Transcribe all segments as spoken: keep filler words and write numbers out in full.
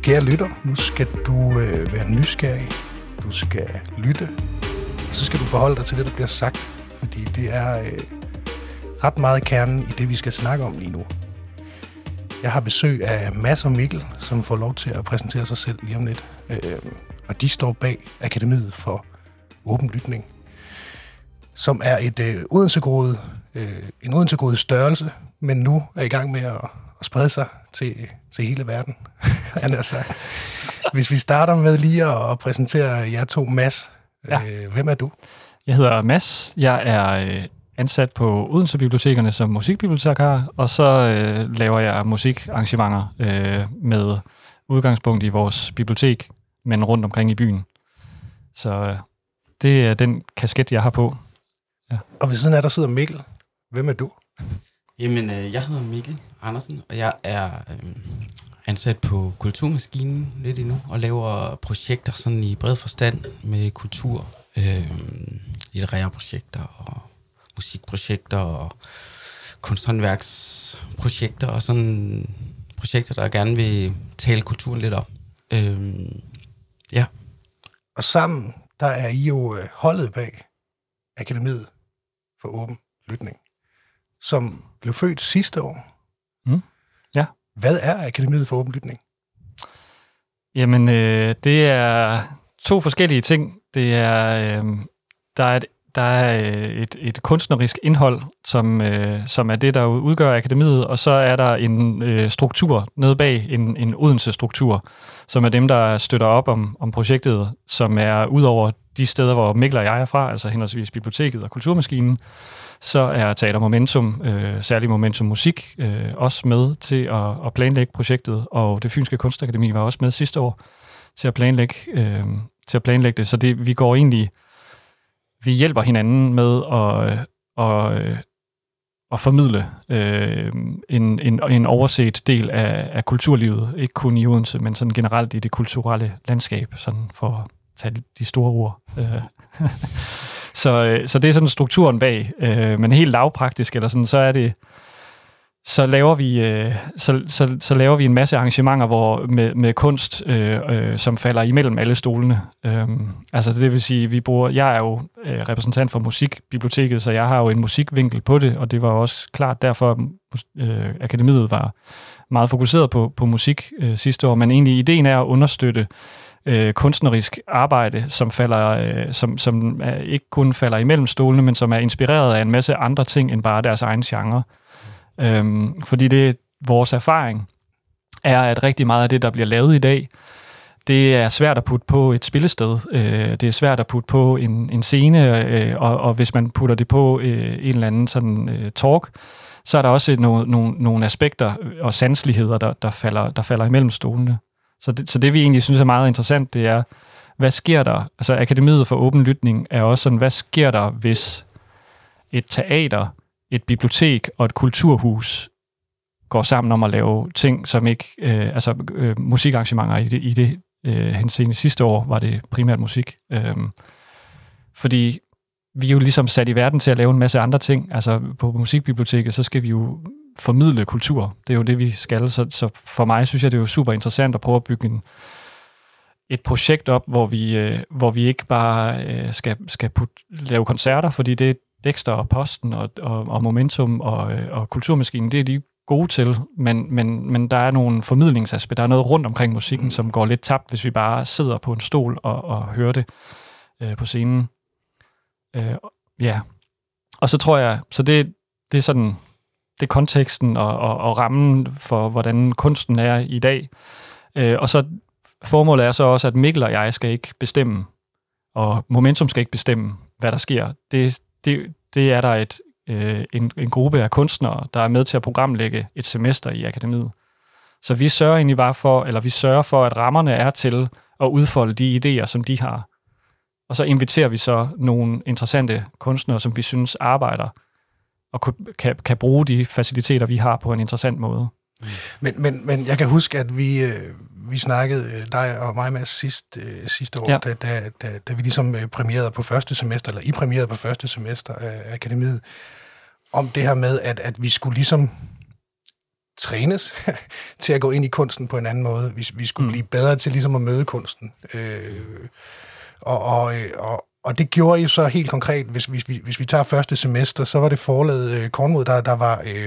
Kære lytter, nu skal du øh, være nysgerrig, du skal lytte, og så skal du forholde dig til det, der bliver sagt, fordi det er øh, ret meget kernen i det, vi skal snakke om lige nu. Jeg har besøg af Mads og Mikkel, som får lov til at præsentere sig selv lige om lidt, øh, og de står bag Akademiet for Åben Lytning, som er et øh, Odense-groet, øh, en Odense-groet størrelse, men nu er i gang med at, at sprede sig til, til hele verden, han har sagt. Hvis vi starter med lige at præsentere jer to. Mads, ja. øh, hvem er du? Jeg hedder Mads. Jeg er øh, ansat på Odense Bibliotekerne som musikbibliotekar, og så øh, laver jeg musikarrangementer øh, med udgangspunkt i vores bibliotek, men rundt omkring i byen. Så øh, det er den kasket, jeg har på. Ja. Og ved siden af der sidder Mikkel. Hvem er du? Jamen, øh, jeg hedder Mikkel Andersen, og jeg er øh, ansat på Kulturmaskinen lidt endnu, og laver projekter sådan i bred forstand med kultur, øh, litterære projekter og musikprojekter og kunsthåndværksprojekter og sådan projekter, der gerne vil tale kulturen lidt op. Øh, ja. Og sammen, der er I jo holdet bag Akademiet for Åben Lytning, som blev født sidste år. Mm. Ja. Hvad er Akademiet for Åben Lytning? Jamen, øh, det er to forskellige ting. Det er, øh, der er et, der er et, et kunstnerisk indhold, som, øh, som er det, der udgør Akademiet, og så er der en øh, struktur nede bag, en, en Odense-struktur, som er dem, der støtter op om, om projektet, som er ud over de steder, hvor Mikkel og jeg er fra, altså henholdsvis biblioteket og Kulturmaskinen. Så er Teater Momentum, øh, særligt Momentum Musik, øh, også med til at, at planlægge projektet, og Det Fynske Kunstakademi var også med sidste år til at planlægge, øh, til at planlægge det. Så det, vi går egentlig, vi hjælper hinanden med at, at, at, at formidle øh, en, en, en overset del af, af kulturlivet, ikke kun i Odense, men sådan generelt i det kulturelle landskab, sådan for at tage de store ord. Så, så det er sådan strukturen bag, øh, men helt lavpraktisk, eller sådan, så er det, så laver vi, øh, så, så, så laver vi en masse arrangementer hvor, med, med kunst, øh, øh, som falder imellem alle stolene. Øh, altså det vil sige, vi bruger, jeg er jo øh, repræsentant for musikbiblioteket, så jeg har jo en musikvinkel på det, og det var også klart derfor, øh, Akademiet var meget fokuseret på, på musik øh, sidste år, men egentlig ideen er at understøtte Øh, kunstnerisk arbejde, som falder, øh, som, som er, ikke kun falder imellem stolene, men som er inspireret af en masse andre ting end bare deres egen genre. Øhm, fordi det vores erfaring er, at rigtig meget af det, der bliver lavet i dag, det er svært at putte på et spillested. Øh, det er svært at putte på en, en scene, øh, og, og hvis man putter det på øh, en eller anden sådan øh, talk, så er der også nogle, nogle, nogle aspekter og sanseligheder, der, der, falder, der falder imellem stolene. Så det, så det, vi egentlig synes er meget interessant, det er, hvad sker der? Altså, Akademiet for Åben Lytning er også sådan, hvad sker der, hvis et teater, et bibliotek og et kulturhus går sammen om at lave ting, som ikke... Øh, altså, øh, musikarrangementer i det, i det øh, henseende sidste år var det primært musik. Øh, fordi vi er jo ligesom sat i verden til at lave en masse andre ting. Altså, på musikbiblioteket, så skal vi jo formidle kultur. Det er jo det, vi skal. Så, så for mig synes jeg, det er jo super interessant at prøve at bygge en, et projekt op, hvor vi, øh, hvor vi ikke bare øh, skal, skal putte, lave koncerter, fordi det er Dexter og Posten og, og, og Momentum og, øh, og Kulturmaskinen, det er de gode til, men, men, men der er nogle formidlingsaspekter, der er noget rundt omkring musikken, som går lidt tabt, hvis vi bare sidder på en stol og, og hører det øh, på scenen. Øh, ja. Og så tror jeg, så det, det er sådan... det er konteksten og, og, og rammen for, hvordan kunsten er i dag. Øh, og så formålet er så også, at Mikkel og jeg skal ikke bestemme, og Momentum skal ikke bestemme, hvad der sker. Det, det, det er der et, øh, en, en gruppe af kunstnere, der er med til at programlægge et semester i Akademiet. Så vi sørger egentlig bare for, eller vi sørger for, at rammerne er til at udfolde de idéer, som de har. Og så inviterer vi så nogle interessante kunstnere, som vi synes arbejder og kan, kan bruge de faciliteter, vi har på en interessant måde. Men, men, men jeg kan huske, at vi, øh, vi snakkede, dig og mig med sidst, øh, sidste år, ja. da, da, da, da vi ligesom premierede på første semester, eller I premierede på første semester af Akademiet, om det her med, at, at vi skulle ligesom trænes til at gå ind i kunsten på en anden måde. Vi, vi skulle mm. blive bedre til ligesom at møde kunsten. Øh, og, og, og, og det gjorde I så helt konkret, hvis, hvis, vi, hvis vi tager første semester, så var det forlaget øh, Kornmod, der, der var... Øh,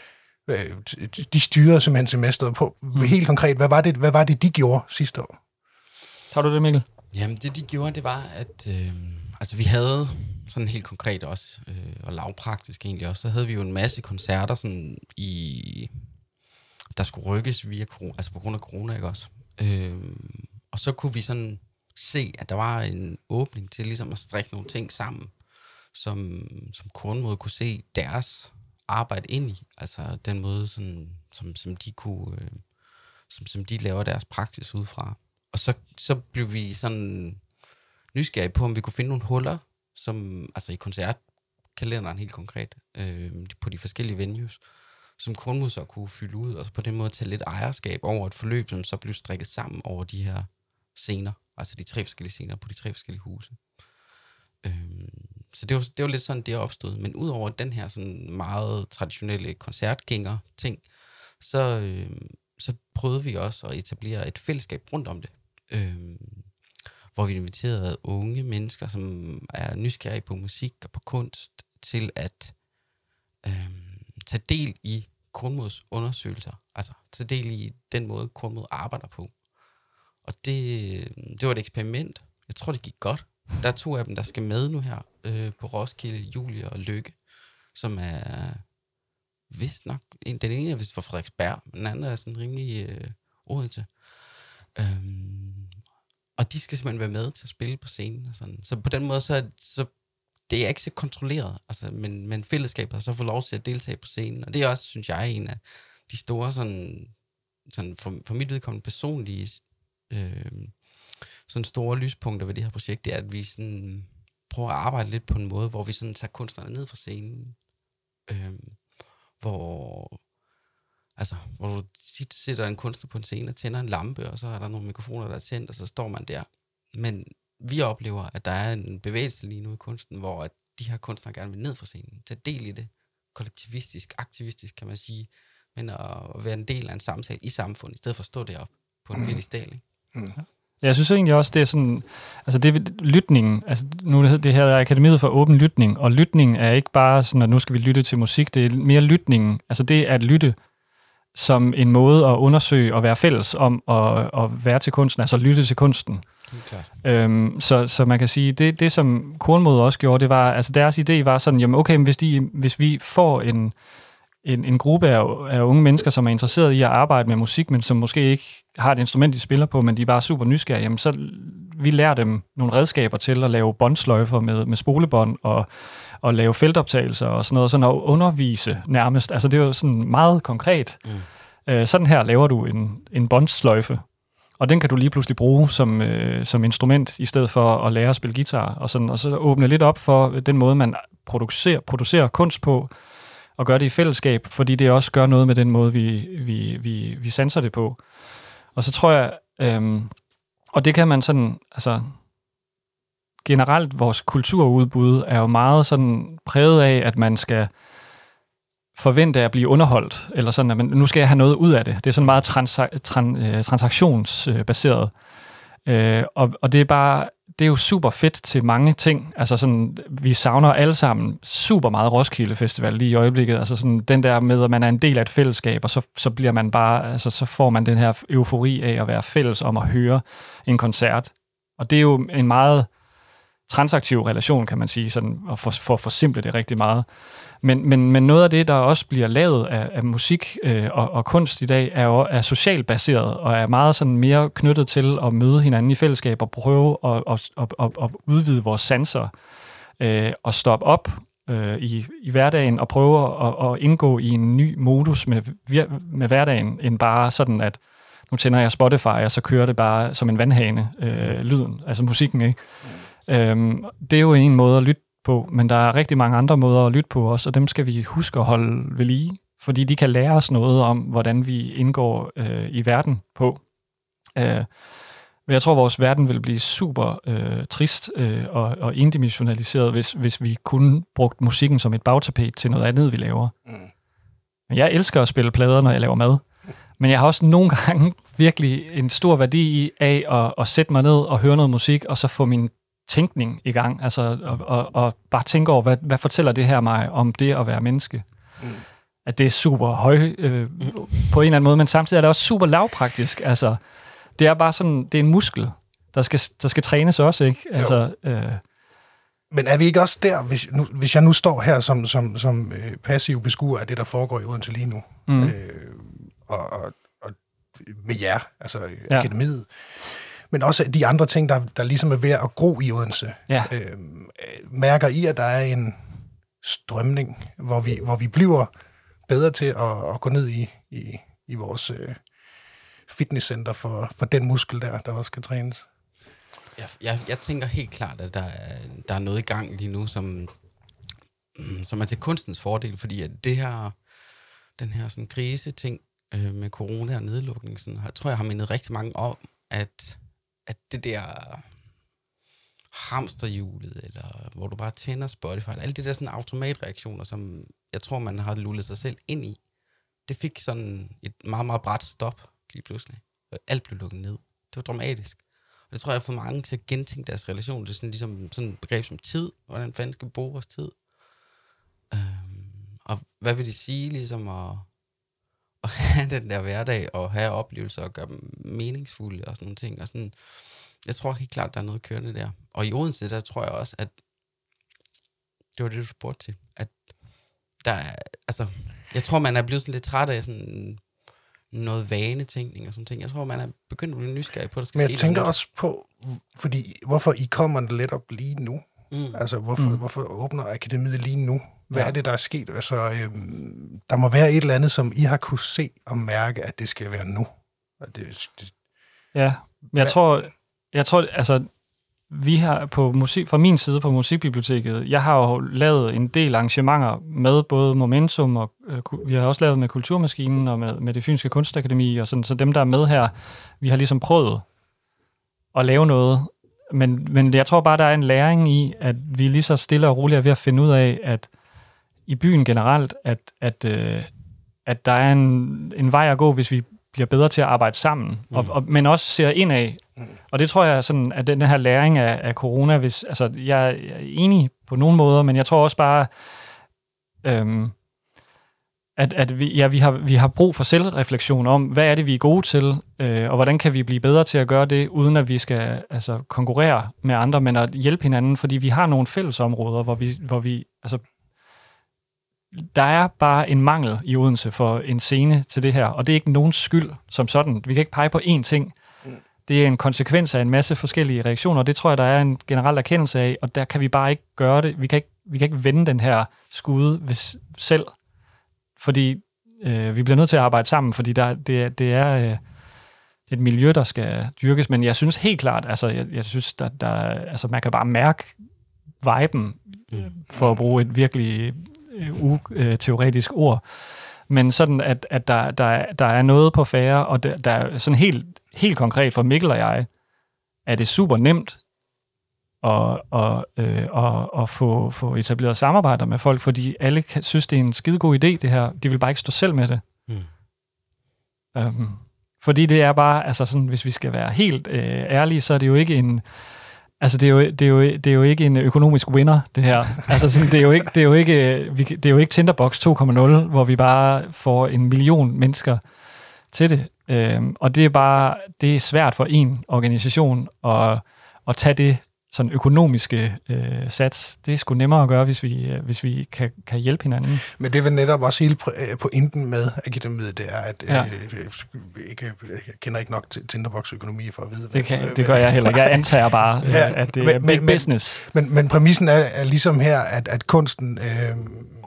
de styrede simpelthen semesteret på. Mm. Helt konkret, hvad var, det, hvad var det, de gjorde sidste år? Tager du det, Mikkel? Jamen, det de gjorde, det var, at øh, altså, vi havde sådan helt konkret også, øh, og lavpraktisk egentlig også, så havde vi jo en masse koncerter sådan i, der skulle rykkes via corona, altså på grund af corona, ikke også? Øh, og så kunne vi sådan se, at der var en åbning til ligesom at strikke nogle ting sammen, som, som Kornmod kunne se deres arbejde ind i, altså den måde, sådan, som, som de kunne, øh, som, som de laver deres praksis ud fra. Og så, så blev vi sådan nysgerrige på, om vi kunne finde nogle huller, som, altså i koncertkalenderen helt konkret, øh, på de forskellige venues, som Kornmod så kunne fylde ud, og på den måde tage lidt ejerskab over et forløb, som så blev strikket sammen over de her scener, altså de tre forskellige scener på de tre forskellige huse. Øh, så det var, det var lidt sådan, det opstod. Men udover den her sådan meget traditionelle koncertgænger-ting, så, øh, så prøvede vi også at etablere et fællesskab rundt om det. Øh, hvor vi inviterede unge mennesker, som er nysgerrige på musik og på kunst, til at øh, tage del i Kornmods undersøgelser. Altså tage del i den måde, Kornmod arbejder på. Og det, det var et eksperiment. Jeg tror, det gik godt. Der er to af dem, der skal med nu her øh, på Roskilde, Julie og Lykke, som er vist nok, en, den ene er vist fra Frederiksberg, men den anden er sådan rimelig øh, Odense. Øhm, og de skal simpelthen være med til at spille på scenen og sådan. Så på den måde, så, så det er ikke så kontrolleret, altså, men, men fællesskabet har så fået lov til at deltage på scenen, og det er også, synes jeg, en af de store, sådan, sådan for, for mit vedkommende personlige, øh, sådan store lyspunkter ved det her projekt, det er, at vi sådan prøver at arbejde lidt på en måde, hvor vi sådan tager kunstnerne ned fra scenen, øh, hvor, altså, hvor du tit sætter en kunstner på en scene og tænder en lampe, og så er der nogle mikrofoner, der er tændt, og så står man der. Men vi oplever, at der er en bevægelse lige nu i kunsten, hvor at de her kunstnere gerne vil ned fra scenen, tage del i det, kollektivistisk, aktivistisk, kan man sige, men at være en del af en samtale i samfundet, i stedet for at stå deroppe på en pedestal. Mm. Ja, jeg synes egentlig også, det er sådan, altså det er lytningen, altså nu det her er Akademiet for Åben Lytning, og lytningen er ikke bare sådan, at nu skal vi lytte til musik, det er mere lytningen, altså det at lytte som en måde at undersøge og være fælles om at, at være til kunsten, altså lytte til kunsten. Øhm, så, så man kan sige, det, det som Kornmod også gjorde, det var, altså deres idé var sådan, jamen okay, men hvis, de, hvis vi får en, en, en gruppe af, af unge mennesker, som er interesseret i at arbejde med musik, men som måske ikke har et instrument, de spiller på, men de er bare super nysgerrige, jamen så vi lærer dem nogle redskaber til at lave båndsløjfer med, med spolebånd og, og lave feltoptagelser og sådan noget, sådan at undervise nærmest. Altså det er jo sådan meget konkret. Mm. Øh, sådan her laver du en, en båndsløjfe, og den kan du lige pludselig bruge som, øh, som instrument, i stedet for at lære at spille guitar, og, sådan, og så åbne lidt op for den måde, man producerer, producerer kunst på, og gør det i fællesskab, fordi det også gør noget med den måde, vi, vi, vi, vi sanser det på. Og så tror jeg, øhm, og det kan man sådan, altså generelt vores kulturudbud er jo meget sådan præget af, at man skal forvente at blive underholdt, eller sådan, at man, nu skal jeg have noget ud af det. Det er sådan meget transa- tran, øh, transaktionsbaseret. Øh, og, og det er bare, det er jo super fedt til mange ting. Altså sådan, vi savner alle sammen super meget Roskilde Festival lige i øjeblikket. Altså sådan den der med, at man er en del af et fællesskab, og så, så bliver man bare, altså så får man den her eufori af at være fælles om at høre en koncert. Og det er jo en meget transaktiv relation, kan man sige, sådan, og for, for at forsimple det rigtig meget. Men, men, men noget af det, der også bliver lavet af, af musik øh, og, og kunst i dag, er jo er socialt baseret, og er meget sådan mere knyttet til at møde hinanden i fællesskab, og prøve at, at, at, at, at udvide vores sanser, øh, og stoppe op øh, i, i hverdagen, og prøve at, at indgå i en ny modus med, med hverdagen, end bare sådan, at nu tænder jeg Spotify, og så kører det bare som en vandhane, øh, lyden, altså musikken, ikke? Mm. Øhm, det er jo en måde at lytte på, men der er rigtig mange andre måder at lytte på også, og dem skal vi huske at holde ved lige, fordi de kan lære os noget om, hvordan vi indgår øh, i verden på. Øh, jeg tror, vores verden vil blive super øh, trist øh, og, og indimensionaliseret, hvis, hvis vi kun brugte musikken som et bagtapet til noget andet, vi laver. Mm. Jeg elsker at spille plader, når jeg laver mad. Men jeg har også nogle gange virkelig en stor værdi i af at, at sætte mig ned og høre noget musik, og så få min tænkning i gang. Altså, og, og, og bare tænke over, hvad, hvad fortæller det her mig om det at være menneske? Mm. At det er super høj øh, på en eller anden måde, men samtidig er det også super lavpraktisk. Altså, det er bare sådan, det er en muskel, der skal, der skal trænes også, ikke? Altså, øh, men er vi ikke også der, hvis, nu, hvis jeg nu står her som, som, som øh, passiv beskuer af det, der foregår i Odense lige nu, mm. øh, og, og, og med jer, altså ja. Akademiet, men også de andre ting, der, der ligesom er ved at gro i Odense. Ja. Øh, mærker I, at der er en strømning, hvor vi, hvor vi bliver bedre til at, at gå ned i, i, i vores øh, fitnesscenter for, for den muskel der, der også skal trænes? Jeg, jeg, jeg tænker helt klart, at der er, der er noget i gang lige nu, som, som er til kunstens fordel, fordi at det her, den her sådan grise-ting øh, med corona og nedlukning, sådan, jeg tror jeg har mindet rigtig mange om, at, at det der hamsterhjulet, eller hvor du bare tænder Spotify, alle de der sådan automatreaktioner, som jeg tror, man har lullet sig selv ind i, det fik sådan et meget, meget brat stop lige pludselig. Alt blev lukket ned. Det var dramatisk. Og det tror jeg, har fået mange til at gentænke deres relation. Det er sådan, ligesom sådan et begreb som tid. Hvordan fanden skal vi bruge vores tid? Øhm, og hvad vil det sige, ligesom at, at have den der hverdag, og have oplevelser, og gøre dem meningsfulde, og sådan nogle ting. Og sådan, jeg tror helt klart, der er noget kørende der. Og i Odense, der tror jeg også, at det var det, du spurgte til. At der er, altså, jeg tror, man er blevet sådan lidt træt af sådan noget vanetænkning og sådan ting. Jeg tror, man er begyndt at blive nysgerrig på, at der skal Men ske jeg tænker noget. også på, fordi hvorfor I kommer lidt op lige nu? Mm. Altså, hvorfor, mm. hvorfor åbner Akademiet lige nu? Hvad ja. er det, der er sket? Altså, øhm, der må være et eller andet, som I har kunne se og mærke, at det skal være nu. At det, det, ja, men jeg tror, jeg tror, altså, vi har på musik, fra min side på Musikbiblioteket, jeg har jo lavet en del arrangementer med både Momentum, og øh, vi har også lavet med Kulturmaskinen og med, med Det Fynske Kunstakademi, og sådan, så dem, der er med her, vi har ligesom prøvet at lave noget, men, men jeg tror bare, der er en læring i, at vi lige så stille og roligt er ved at finde ud af, at i byen generelt, at, at, øh, at der er en, en vej at gå, hvis vi bliver bedre til at arbejde sammen, mm. og, og, men også ser indad. Mm. Og det tror jeg sådan, at den her læring af, af corona, hvis, altså, jeg er enig på nogle måder, men jeg tror også bare, øhm, at, at vi, ja, vi, har, vi har brug for selvreflektion om, hvad er det, vi er gode til, øh, og hvordan kan vi blive bedre til at gøre det, uden at vi skal altså, konkurrere med andre, men at hjælpe hinanden, fordi vi har nogle fællesområder, hvor vi, hvor vi altså, der er bare en mangel i Odense for en scene til det her, og det er ikke nogens skyld som sådan. Vi kan ikke pege på én ting. Mm. Det er en konsekvens af en masse forskellige reaktioner, og det tror jeg, der er en generel erkendelse af, og der kan vi bare ikke gøre det. Vi kan ikke, vi kan ikke vende den her skude hvis, selv, fordi øh, vi bliver nødt til at arbejde sammen, fordi der, det, det er øh, et miljø, der skal dyrkes, men jeg synes helt klart, altså jeg, jeg synes, der, der, altså man kan bare mærke viben, mm. for at bruge et virkelig uteoretisk ord, men sådan, at, at der, der, der er noget på færre, og der, der er sådan helt, helt konkret for Mikkel og jeg, er det super nemt at, at, øh, at, at få, få etableret samarbejder med folk, fordi alle kan, synes, det er en skidegod idé, det her. De vil bare ikke stå selv med det. Mm. Øhm, fordi det er bare, altså sådan, hvis vi skal være helt øh, ærlige, så er det jo ikke en Altså, det er, jo, det, er jo, det er jo ikke en økonomisk winner, det her. Altså, sådan, det, er jo ikke, det, er jo ikke, vi, det er jo ikke Tinderbox to punkt nul, hvor vi bare får en million mennesker til det. Øhm, og det er bare det er svært for en organisation at, at tage det sådan økonomiske øh, sats. Det er sgu nemmere at gøre, hvis vi, øh, hvis vi kan, kan hjælpe hinanden. Men det er vel netop også hele pointen med Akademiet, det er, at ja. øh, ikke, jeg kender ikke nok til Tinderbox-økonomi for at vide. Det, kan, det gør jeg heller ikke. Jeg antager bare, ja, at det men, er big men, business. Men, men, men præmissen er, er ligesom her, at, at kunsten øh,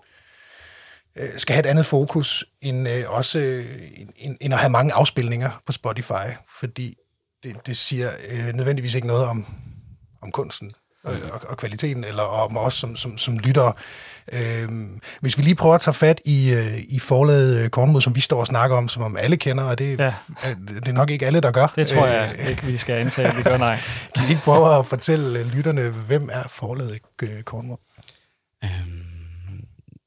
skal have et andet fokus, end, øh, også, øh, end, end at have mange afspilninger på Spotify, fordi det, det siger øh, nødvendigvis ikke noget om om kunsten og, og, og kvaliteten, eller om os som, som, som lyttere. Øhm, hvis vi lige prøver at tage fat i, øh, i forlaget Kornmod, som vi står og snakker om, som om alle kender, og det, ja. er, det er nok ikke alle, der gør. Det tror jeg øh, ikke, vi skal antage, at vi gør, nej. Kan I ikke prøve at fortælle lytterne, hvem er forlaget Kornmod? Øhm,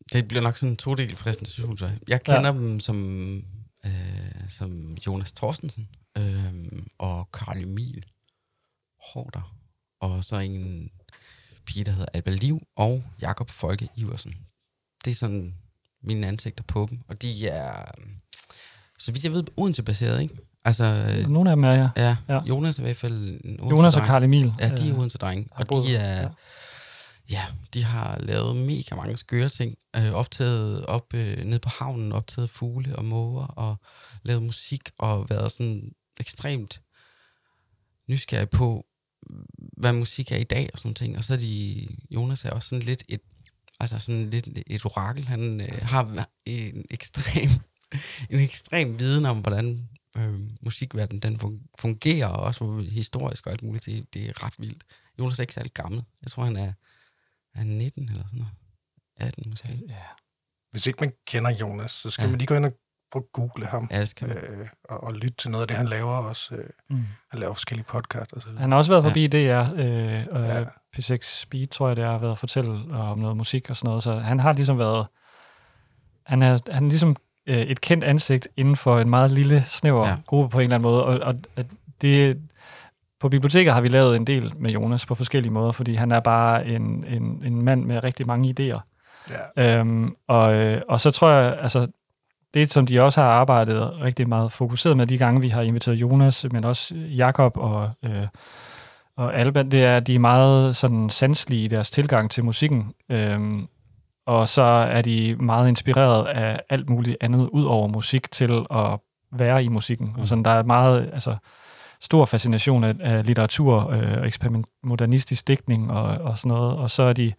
Det bliver nok sådan en todel præsentation, så jeg kender ja. dem som, øh, som Jonas Thorstensen øh, og Carl Emil Hårder, og så en pige, der hedder Alba Liv, og Jakob Folke Iversen. Det er sådan mine ansigter på dem, og de er, så vidt jeg ved, Odense-baseret, ikke? Altså, nogle af dem er, ja. Ja, ja. Jonas er i hvert fald en Odense Jonas og Carl Emil. Ja, de er Odense-drenge, og de er... Ja. Ja, de har lavet mega mange skøre ting. Øh, optaget op øh, ned på havnen, optaget fugle og måger, og lavet musik, og været sådan ekstremt nysgerrig på, hvad musik er i dag, og sådan ting. Og så er de, Jonas er også sådan lidt et, altså sådan lidt et orakel. Han øh, har en ekstrem, en ekstrem viden om, hvordan øh, musikverdenen den fungerer, og også historisk og alt muligt. Det, det er ret vildt. Jonas er ikke særlig gammel. Jeg tror, han er er nitten eller sådan noget. atten måske. Ja. Hvis ikke man kender Jonas, så skal ja. man lige gå ind og prøve at google ham. Ja, det skal man. Øh, og, og lytte til noget af det, han laver også. Øh, mm. Han laver forskellige podcasts og så videre. Han har også været forbi ja. D R, øh, og ja. P seks Speed, tror jeg, det har været at fortælle om noget musik og sådan noget. Så han har ligesom været... Han er, han er ligesom øh, et kendt ansigt inden for en meget lille, snæver ja. gruppe på en eller anden måde. Og, og det... På biblioteket har vi lavet en del med Jonas på forskellige måder, fordi han er bare en, en, en mand med rigtig mange idéer. Ja. Øhm, og, og så tror jeg, altså det, som de også har arbejdet rigtig meget fokuseret med de gange, vi har inviteret Jonas, men også Jakob og, øh, og Alba, det er, at de er meget sådan sanselige i deres tilgang til musikken. Øhm, og så er de meget inspireret af alt muligt andet ud over musik til at være i musikken. Mm. Og sådan, der er meget... altså stor fascination af, af litteratur og øh, eksperiment, modernistisk digtning og, og sådan noget, og så er de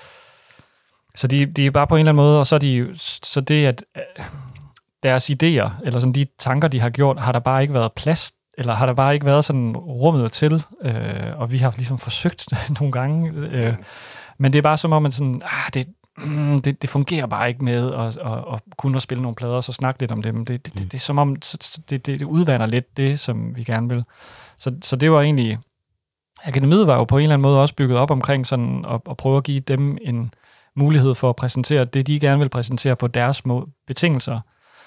så de, de er bare på en eller anden måde, og så er de så det, at øh, deres idéer, eller sådan de tanker, de har gjort, har der bare ikke været plads, eller har der bare ikke været sådan rummet til, øh, og vi har ligesom forsøgt nogle gange, øh, men det er bare som om, man sådan, ah, det Mm, det, det fungerer bare ikke med at, at, at kunne at spille nogle plader og så snakke lidt om dem. Det, det, det, det er som om, det, det, det udvander lidt det, som vi gerne vil. Så, så det var egentlig... Akademiet var jo på en eller anden måde også bygget op omkring sådan at, at prøve at give dem en mulighed for at præsentere det, de gerne vil præsentere på deres må- betingelser.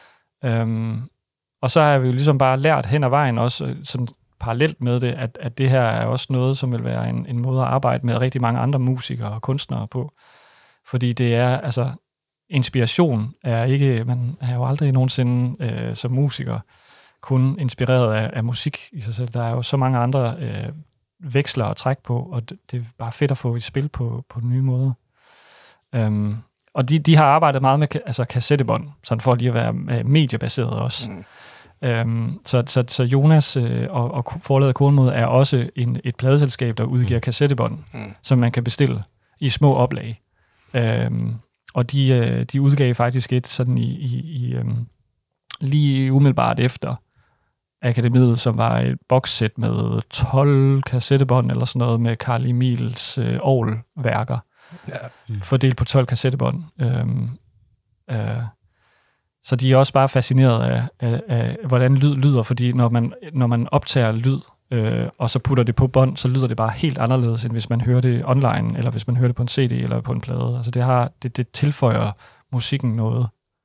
Øhm, og så har vi jo ligesom bare lært hen ad vejen også sådan parallelt med det, at, at det her er også noget, som vil være en, en måde at arbejde med rigtig mange andre musikere og kunstnere på. Fordi det er, altså, inspiration er ikke, man er jo aldrig nogensinde øh, som musiker kun inspireret af, af musik i sig selv. Der er jo så mange andre øh, veksler at trække på, og det, det er bare fedt at få et spil på, på nye måder. Um, og de, de har arbejdet meget med altså, kassettebånd, sådan for lige at være mediebaseret også. Mm. Um, så, så, så Jonas øh, og, og forlaget Kornmod er også en, et pladeselskab, der udgiver mm. kassettebånd, mm. som man kan bestille i små oplag. Øhm, og de, øh, de udgav faktisk et sådan i, i, i øhm, lige umiddelbart efter Akademiet, som var et bokssæt med tolv kassettebånd eller sådan noget med Carl Emils øh, orgelværker, ja. mm. fordelt på tolv kassettebånd. Øhm, øh, så de er også bare fascineret af, af, af hvordan lyd lyder, fordi når man, når man optager lyd, Øh, og så putter det på bånd, så lyder det bare helt anderledes, end hvis man hører det online, eller hvis man hører det på en C D eller på en plade. Altså det, har, det, det tilføjer musikken noget.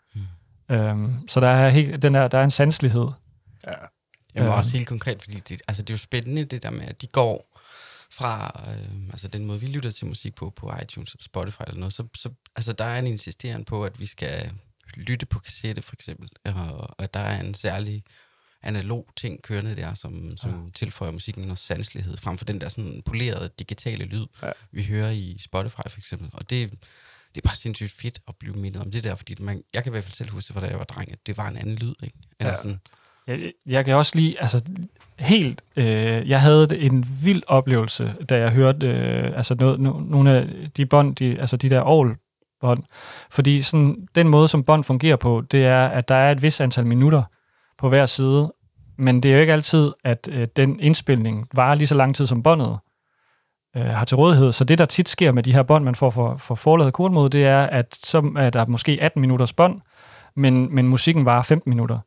Mm. Øhm, så der er, helt, den der, der er en sanselighed. Ja. Jeg var øhm. også helt konkret, fordi det, altså det er jo spændende det der med, at de går fra øh, altså den måde, vi lytter til musik på, på iTunes eller Spotify eller noget, så, så altså der er en insisteren på, at vi skal lytte på kassette for eksempel, og, og der er en særlig analog ting kørende der, som, som ja. tilføjer musikken noget sanselighed, frem for den der sådan polerede digitale lyd, ja. vi hører i Spotify for eksempel. Og det, det er bare sindssygt fedt at blive mindet om det der, fordi man, jeg kan i hvert fald selv huske, da jeg var dreng, at det var en anden lyd, ikke? Eller ja. sådan. Jeg, jeg kan også lige, altså helt, øh, jeg havde en vild oplevelse, da jeg hørte øh, altså noget, no, nogle af de bånd, de, altså de der orgelbånd, fordi sådan, den måde, som bånd fungerer på, det er, at der er et vis antal minutter på hver side, men det er jo ikke altid, at øh, den indspilning varer lige så lang tid, som båndet øh, har til rådighed. Så det, der tit sker med de her bånd, man får for, for forlaget Kornmod, det er, at så er der måske atten minutters bånd, men, men musikken varer femten minutter.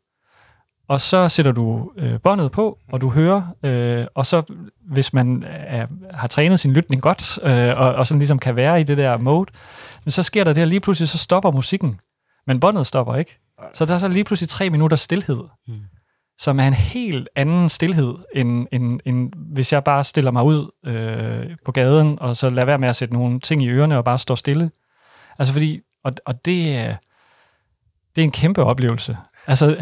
Og så sætter du øh, båndet på, og du hører, øh, og så hvis man er, har trænet sin lytning godt, øh, og, og sådan ligesom kan være i det der mode, Men så sker der det, at lige pludselig så stopper musikken, men båndet stopper ikke. Så der er så lige pludselig tre minutter stilhed, mm. som er en helt anden stilhed, end, end, end hvis jeg bare stiller mig ud øh, på gaden, og så lader være med at sætte nogle ting i ørerne, og bare står stille. Altså fordi, og, og det, det er en kæmpe oplevelse. Altså,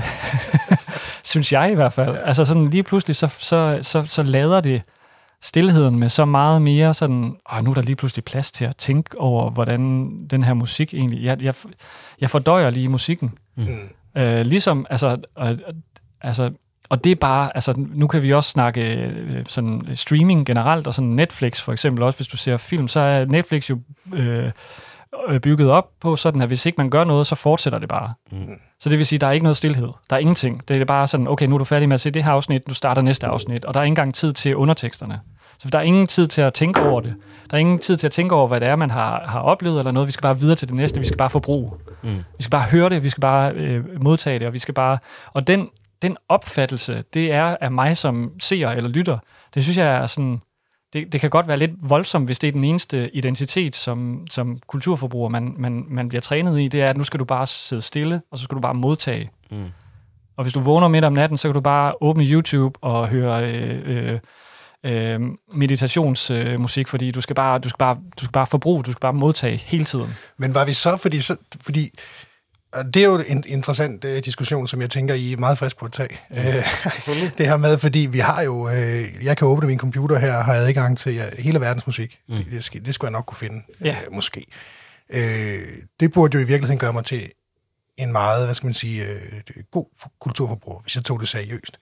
synes jeg i hvert fald. Altså sådan lige pludselig, så, så, så, så lader det stilheden med så meget mere sådan, åh, nu er der lige pludselig plads til at tænke over, hvordan den her musik egentlig, jeg, jeg, jeg fordøjer lige musikken. Mm. Øh, ligesom, altså, og, altså, og det er bare, altså, nu kan vi også snakke øh, sådan streaming generelt, og sådan Netflix for eksempel også, hvis du ser film, så er Netflix jo øh, bygget op på sådan, at hvis ikke man gør noget, så fortsætter det bare. Mm. Så det vil sige, at der er ikke noget stilhed. Der er ingenting. Det er bare sådan, okay, nu er du færdig med at se det her afsnit, du starter næste afsnit, og der er ikke engang tid til underteksterne. Så der er ingen tid til at tænke over det. Der er ingen tid til at tænke over, hvad det er, man har, har oplevet eller noget. Vi skal bare videre til det næste. Vi skal bare forbruge. Mm. Vi skal bare høre det. Vi skal bare øh, modtage det. Og vi skal bare... Og den, den opfattelse, det er af mig som seer eller lytter. Det synes jeg er sådan... Det, det kan godt være lidt voldsomt, hvis det er den eneste identitet, som, som kulturforbruger, man, man, man bliver trænet i. Det er, at nu skal du bare sidde stille, og så skal du bare modtage. Mm. Og hvis du vågner midt om natten, så kan du bare åbne YouTube og høre... Øh, øh, Øh, meditationsmusik, øh, fordi du skal bare du skal bare du skal bare forbruge, du skal bare modtage hele tiden. Men var vi så fordi så fordi det er jo en interessant uh, diskussion, som jeg tænker I er meget frisk på at tage. Ja, uh, det her med, fordi vi har jo uh, jeg kan åbne min computer her og har adgang til uh, hele verdens musik. Mm. Det, det, det skulle jeg nok kunne finde, ja. uh, måske. Uh, det burde jo i virkeligheden gøre mig til en meget, hvad skal man sige, uh, god kulturforbruger, hvis jeg tog det seriøst.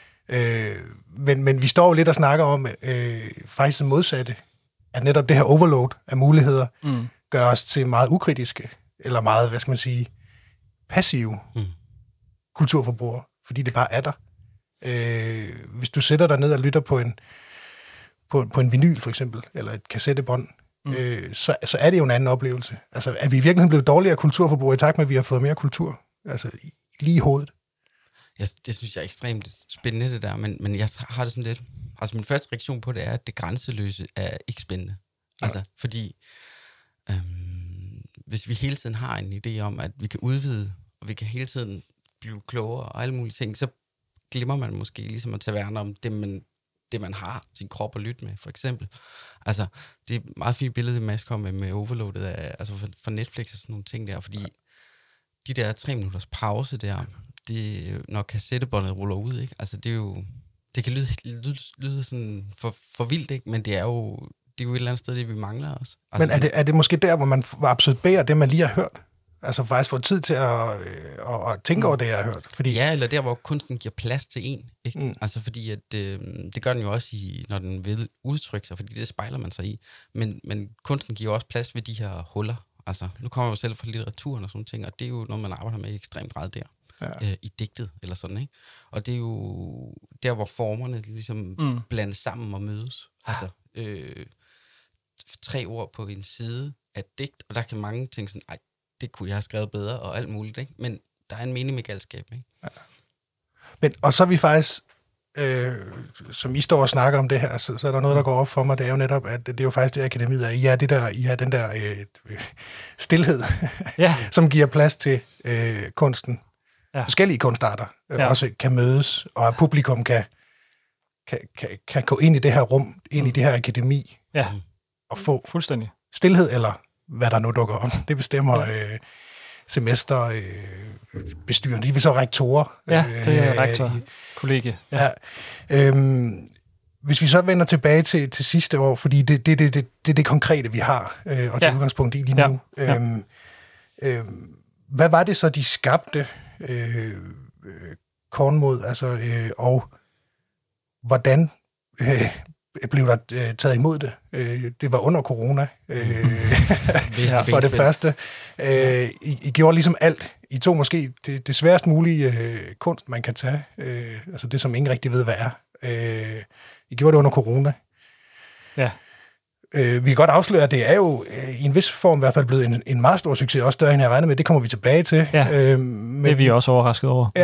Øh, men, men vi står jo lidt og snakker om øh, faktisk det modsatte, at netop det her overload af muligheder mm. gør os til meget ukritiske, eller meget, hvad skal man sige, passive mm. kulturforbrugere, fordi det bare er der. Øh, hvis du sætter dig ned og lytter på en, på, på en vinyl for eksempel, eller et kassettebånd, mm. øh, så, så er det jo en anden oplevelse. Altså, er vi i virkeligheden blevet dårligere kulturforbrugere i takt med, at vi har fået mere kultur? Altså, lige i hovedet. Ja, det synes jeg er ekstremt spændende, det der, men, men jeg har det sådan lidt... Altså, min første reaktion på det er, at det grænseløse er ikke spændende. Altså, ja. fordi øhm, hvis vi hele tiden har en idé om, at vi kan udvide, og vi kan hele tiden blive klogere og alle mulige ting, så glemmer man måske ligesom at tage værne om det, man, det, man har, sin krop at lytte med, for eksempel. Altså, det er et meget fint billede, det Mads kom med, med overloadet af, altså for, for Netflix og sådan nogle ting der, fordi ja. de der tre minutters pause der, det, når kassettebåndet ruller ud, ikke? Altså, det er jo... Det kan lyde, lyde, lyde sådan for, for vildt, ikke? Men det er jo det er jo et eller andet sted, det vi mangler også. Altså, men er det, er det måske der, hvor man absorberer det, man lige har hørt? Altså faktisk får tid til at, at, at tænke mm. over det, jeg har hørt? Fordi... Ja, eller der, hvor kunsten giver plads til en, ikke? Mm. Altså fordi, at øh, det gør den jo også, i, når den vil udtrykke sig, fordi det spejler man sig i. Men, men kunsten giver også plads ved de her huller. Altså, nu kommer jeg jo selv fra litteraturen og sådan ting, og det er jo noget, man arbejder med i ekstremt grad der. Ja. Øh, i digtet, eller sådan, ikke? Og det er jo der, hvor formerne ligesom mm. blandes sammen og mødes. Ja. Altså, øh, tre ord på en side af digt, og der kan mange tænke sådan, ej, det kunne jeg have skrevet bedre, og alt muligt, ikke? Men der er en mening med galskab, ikke? Ja. Men, og så er vi faktisk, øh, som I står og snakker om det her, så, så er der noget, der går op for mig, det er jo netop, at det er jo faktisk det, akademiet er. I er, det der, I er den der øh, stilhed, ja. som giver plads til øh, kunsten. Ja. Forskellige kunstarter øh, ja. også kan mødes, og at publikum kan, kan, kan, kan gå ind i det her rum, ind mm. i det her akademi, ja. og få fuldstændig stilhed, eller hvad der nu dukker op. Det bestemmer ja. øh, semester øh, bestyrende. De vil så rektorer. Ja, det er øh, rektor, kollegie. Ja. Ja, øhm, hvis vi så vender tilbage til, til sidste år, fordi det er det, det, det, det, det konkrete, vi har, øh, og til ja. udgangspunkt i lige nu. Ja. Øhm, øhm, hvad var det så, de skabte Øh, øh, Kornmod, altså, øh, og hvordan øh, blev der øh, taget imod det? Øh, det var under corona, øh, for det første. Øh, I, I gjorde ligesom alt. I tog måske det, det sværest mulige øh, kunst, man kan tage, øh, altså det, som ingen rigtig ved, hvad er. Øh, I gjorde det under corona. Ja. Øh, vi kan godt afsløre, at det er jo øh, i en vis form i hvert fald blevet en, en meget stor succes, også større end jeg regner med. Det kommer vi tilbage til. Ja, øh, men, det er vi også overrasket over. Ja.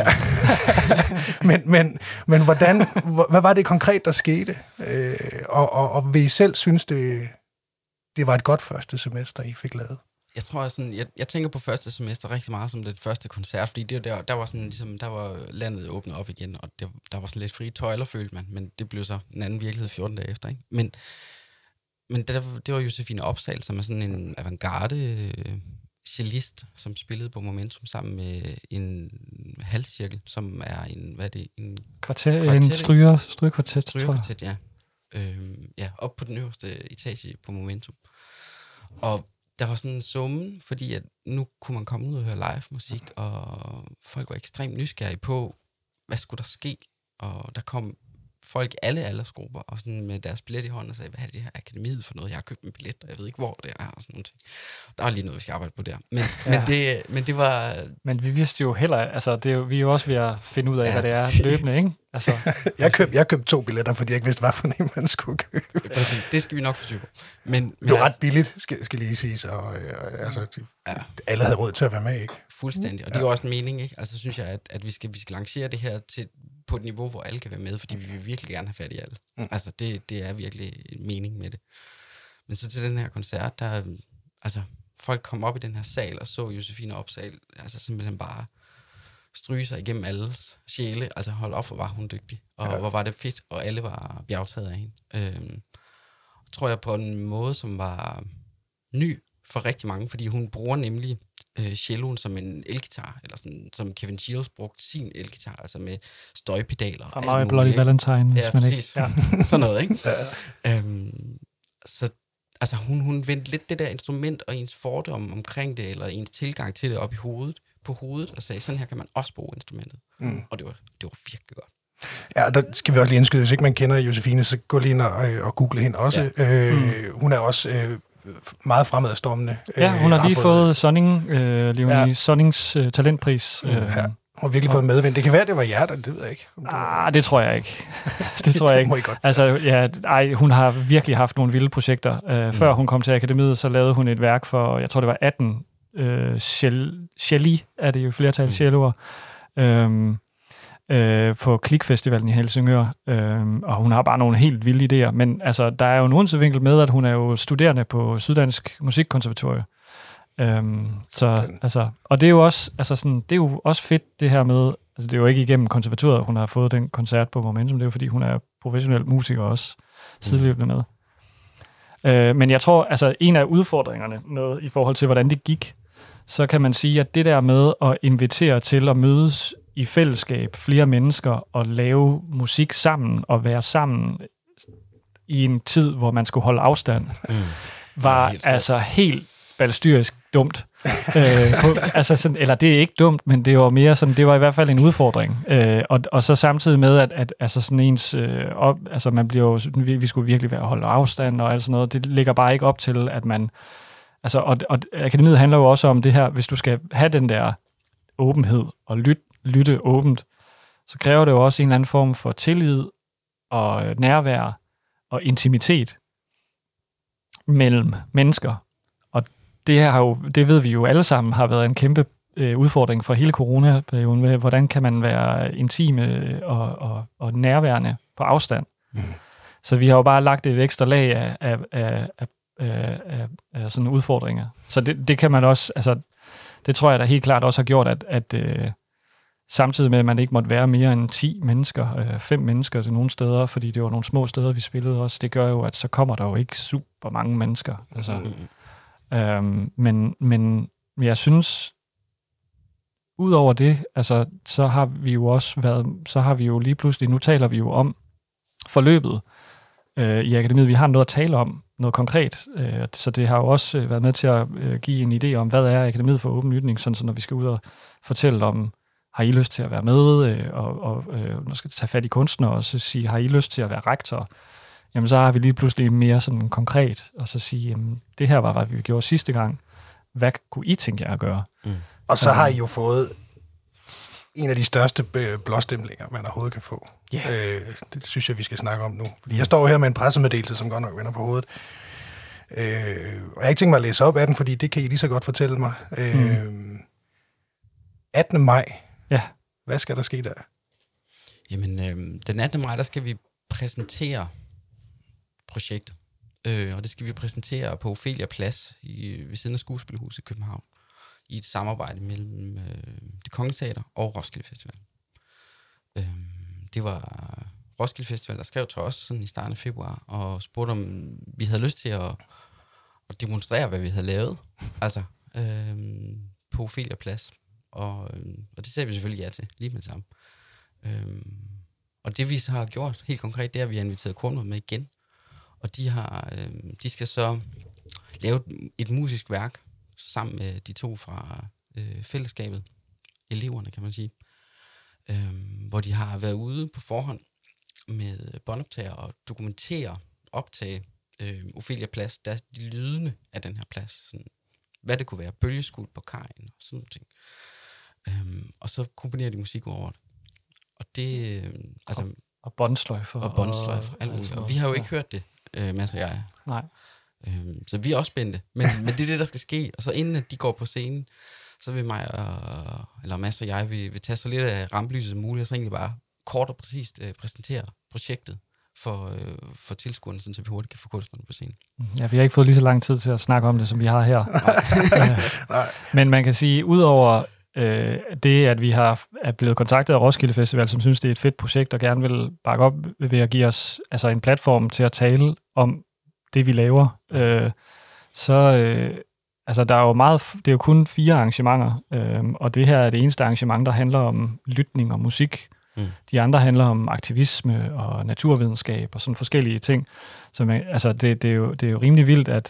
men, men, men hvordan, hvad var det konkret, der skete? Øh, og, og, og vil I selv synes, det, det var et godt første semester, I fik lavet? Jeg tror, sådan, jeg, jeg tænker på første semester rigtig meget som den første koncert, fordi det der, der var sådan, ligesom, der var landet åbnet op igen, og det, der var sådan lidt frie tøjler, følte man, men det blev så en anden virkelighed fjorten dage efter, ikke? Men, men det, det var Josefine Opsahl, som er sådan en avantgarde cellist, som spillede på Momentum sammen med en halvcirkel, som er en, hvad er det, en kvartet, kvartet en stryger, strygekvartet, strygekvartet, ja. Øhm, ja, op på den øverste etage på Momentum. Og der var sådan en summen, fordi at nu kunne man komme ud og høre live musik, og folk var ekstremt nysgerrige på, hvad skulle der ske? Og der kom folk i alle aldersgrupper, og sådan med deres billet i hånden og sagde, hvad er det her akademiet for noget? Jeg har købt en billet, og jeg ved ikke, hvor det er, og sådan nogle ting. Der var lige noget, vi skal arbejde på der. Men, ja. men, det, men det var... Men vi vidste jo heller, altså det er jo, vi er jo også ved at finde ud af, ja, hvad det er løbende, ikke? Altså, jeg købte jeg købt to billetter, fordi jeg ikke vidste, hvad for en man skulle købe. Præcis, det skal vi nok forsøge på. Men, men det var ret billigt, skal, skal lige siges, og øh, altså, ja. alle havde råd til at være med, ikke? Fuldstændig, og det er jo også en mening, ikke? Altså synes jeg, at, at vi, skal, vi skal lancere det her til, på et niveau, hvor alle kan være med, fordi vi vil virkelig gerne have fat i alle. Mm. Altså det, det er virkelig en mening med det. Men så til den her koncert, der altså folk kom op i den her sal og så Josefine Opsahl, altså simpelthen bare stryge sig igennem alles sjæle, altså hold op, hvor var hun dygtig, og ja. hvor var det fedt, og alle var bjergtaget af hende. Øhm, tror jeg på en måde, som var ny for rigtig mange, fordi hun bruger nemlig øh, celloen som en elgitar, eller sådan, som Kevin Shields brugte sin elgitar, altså med støjpedaler. Fra Mario Bloody Valentine. Ja, præcis. Ja. Sådan noget, ikke? Ja. Øhm, så altså, hun, hun vendte lidt det der instrument og ens fordom omkring det, eller ens tilgang til det op i hovedet, på hovedet, og sagde, sådan her kan man også bruge instrumentet. Mm. Og det var, det var virkelig godt. Ja, der skal vi også lige indskyde, hvis ikke man kender Josefine, så gå lige ind og, og google hende også. Ja. Øh, mm. Hun er også øh, meget fremadstormende. Ja, hun har lige fået, fået Sonning, øh, Leonie ja. Sonnings øh, talentpris. Øh, ja. Hun har virkelig fået medvind. Det kan være, det var hjertet, det ved jeg ikke. Det ah, det tror jeg ikke. det tror jeg ikke. Altså, ja, ej, hun har virkelig haft nogle vilde projekter. Øh, mm. Før hun kom til akademiet, så lavede hun et værk for, jeg tror det var atten, øh, Shelley, er det jo flertal celloer, øh, øh, på Klikfestivalen i Helsingør. Øh, og hun har bare nogle helt vilde idéer. Men altså, der er jo en Odense-vinkel med, at hun er jo studerende på Syddansk Musikkonservatorium. Øhm, så, altså, og det er jo også, altså sådan, det er jo også fedt det her med, altså det er jo ikke igennem konservatoriet, hun har fået den koncert på Momentum, det er jo fordi hun er professionel musiker også, sideløbende med. Øh, men jeg tror, altså en af udfordringerne med, i forhold til hvordan det gik, så kan man sige, at det der med at invitere til at mødes i fællesskab, flere mennesker, og lave musik sammen, og være sammen i en tid, hvor man skulle holde afstand, mm. var helt altså helt balstyrisk dumt. øh, på, altså sådan, eller det er ikke dumt, men det var mere sådan, det var i hvert fald en udfordring. Øh, og, og så samtidig med, at, at altså sådan ens, øh, op, altså man bliver jo, vi, vi skulle virkelig være holde afstand og alt sådan noget, det ligger bare ikke op til, at man, altså, og, og akademiet handler jo også om det her, hvis du skal have den der åbenhed og lyt, lytte åbent, så kræver det jo også en eller anden form for tillid og nærvær og intimitet mellem mennesker. Det her har jo, det ved vi jo alle sammen, har været en kæmpe øh, udfordring for hele coronaperioden med, hvordan kan man være intime og, og, og nærværende på afstand. Mm. Så vi har jo bare lagt et ekstra lag af, af, af, af, af, af sådan udfordringer. Så det, det kan man også, altså, det tror jeg da helt klart også har gjort, at, at øh, samtidig med, at man ikke måtte være mere end ti mennesker, øh, fem mennesker til nogle steder, fordi det var nogle små steder, vi spillede også, det gør jo, at så kommer der jo ikke super mange mennesker. Altså, mm. Øhm, men, men jeg synes, udover det, altså, så har vi jo også været, så har vi jo lige pludselig, nu taler vi jo om forløbet øh, i akademiet. Vi har noget at tale om, noget konkret, øh, så det har jo også været med til at øh, give en idé om, hvad er akademiet for åben lytning, sådan så når vi skal ud og fortælle om, har I lyst til at være med, øh, og, og øh, når skal tage fat i kunstnere, og så sige, har I lyst til at være rektor? Jamen, så har vi lige pludselig mere sådan konkret, og så sige, jamen, det her var, hvad vi gjorde sidste gang. Hvad kunne I tænke jer at gøre? Mm. Og så har I jo fået en af de største blåstemplinger, man overhovedet kan få. Yeah. Øh, det synes jeg, vi skal snakke om nu. Fordi jeg står her med en pressemeddelelse, som godt nok vender på hovedet. Øh, og jeg har ikke tænkt mig at læse op af den, fordi det kan I lige så godt fortælle mig. Øh, mm. attende maj. Ja. Hvad skal der ske der? Jamen, øh, den attende maj, der skal vi præsentere projektet. øh, og det skal vi præsentere på Ophelia Plads i, ved siden af Skuespilhuset i København, i et samarbejde mellem øh, Det Kongelige Teater og Roskilde Festival. Øh, det var Roskilde Festival, der skrev til os sådan i starten af februar, og spurgte, om vi havde lyst til at, at demonstrere, hvad vi havde lavet, altså øh, på Ophelia Plads. Og, øh, og det sagde vi selvfølgelig ja til, lige med det samme. Øh, og det vi så har gjort helt konkret, det er, at vi har inviteret Kornved med igen, og de, har, øh, de skal så lave et musisk værk sammen med de to fra øh, fællesskabet, eleverne kan man sige, øh, hvor de har været ude på forhånd med båndoptager og dokumentere, optage øh, Ophelia Plads, der er de lydende af den her plads, sådan, hvad det kunne være, bølgeskud på kajen og sådan noget ting. Øhm, og så komponerer de musik over det. Og det, øh, altså... Og, og båndsløjfer. Og båndsløjfer, alt muligt. Og vi har jo ikke ja. hørt det, øh, Mads og jeg. Nej. Øhm, så vi er også spændte. Men, men det er det, der skal ske. Og så inden at de går på scenen, så vil mig og, eller Mads og jeg, vi vil tage så lidt af rampelyset som muligt, og så egentlig bare kort og præcist øh, præsentere projektet for, øh, for tilskuerne, så vi hurtigt kan få kunstnerne på scenen. Ja, vi har ikke fået lige så lang tid til at snakke om det, som vi har her. Nej. Men man kan sige, udover øh, det, at vi har er blevet kontaktet af Roskilde Festival, som synes, det er et fedt projekt, og gerne vil bakke op ved at give os altså en platform til at tale om det, vi laver, øh, så øh, altså, der er jo meget, det er jo kun fire arrangementer, øh, og det her er det eneste arrangement, der handler om lytning og musik. Mm. De andre handler om aktivisme og naturvidenskab og sådan forskellige ting. Så man, altså det, det, er jo, det er jo rimelig vildt, at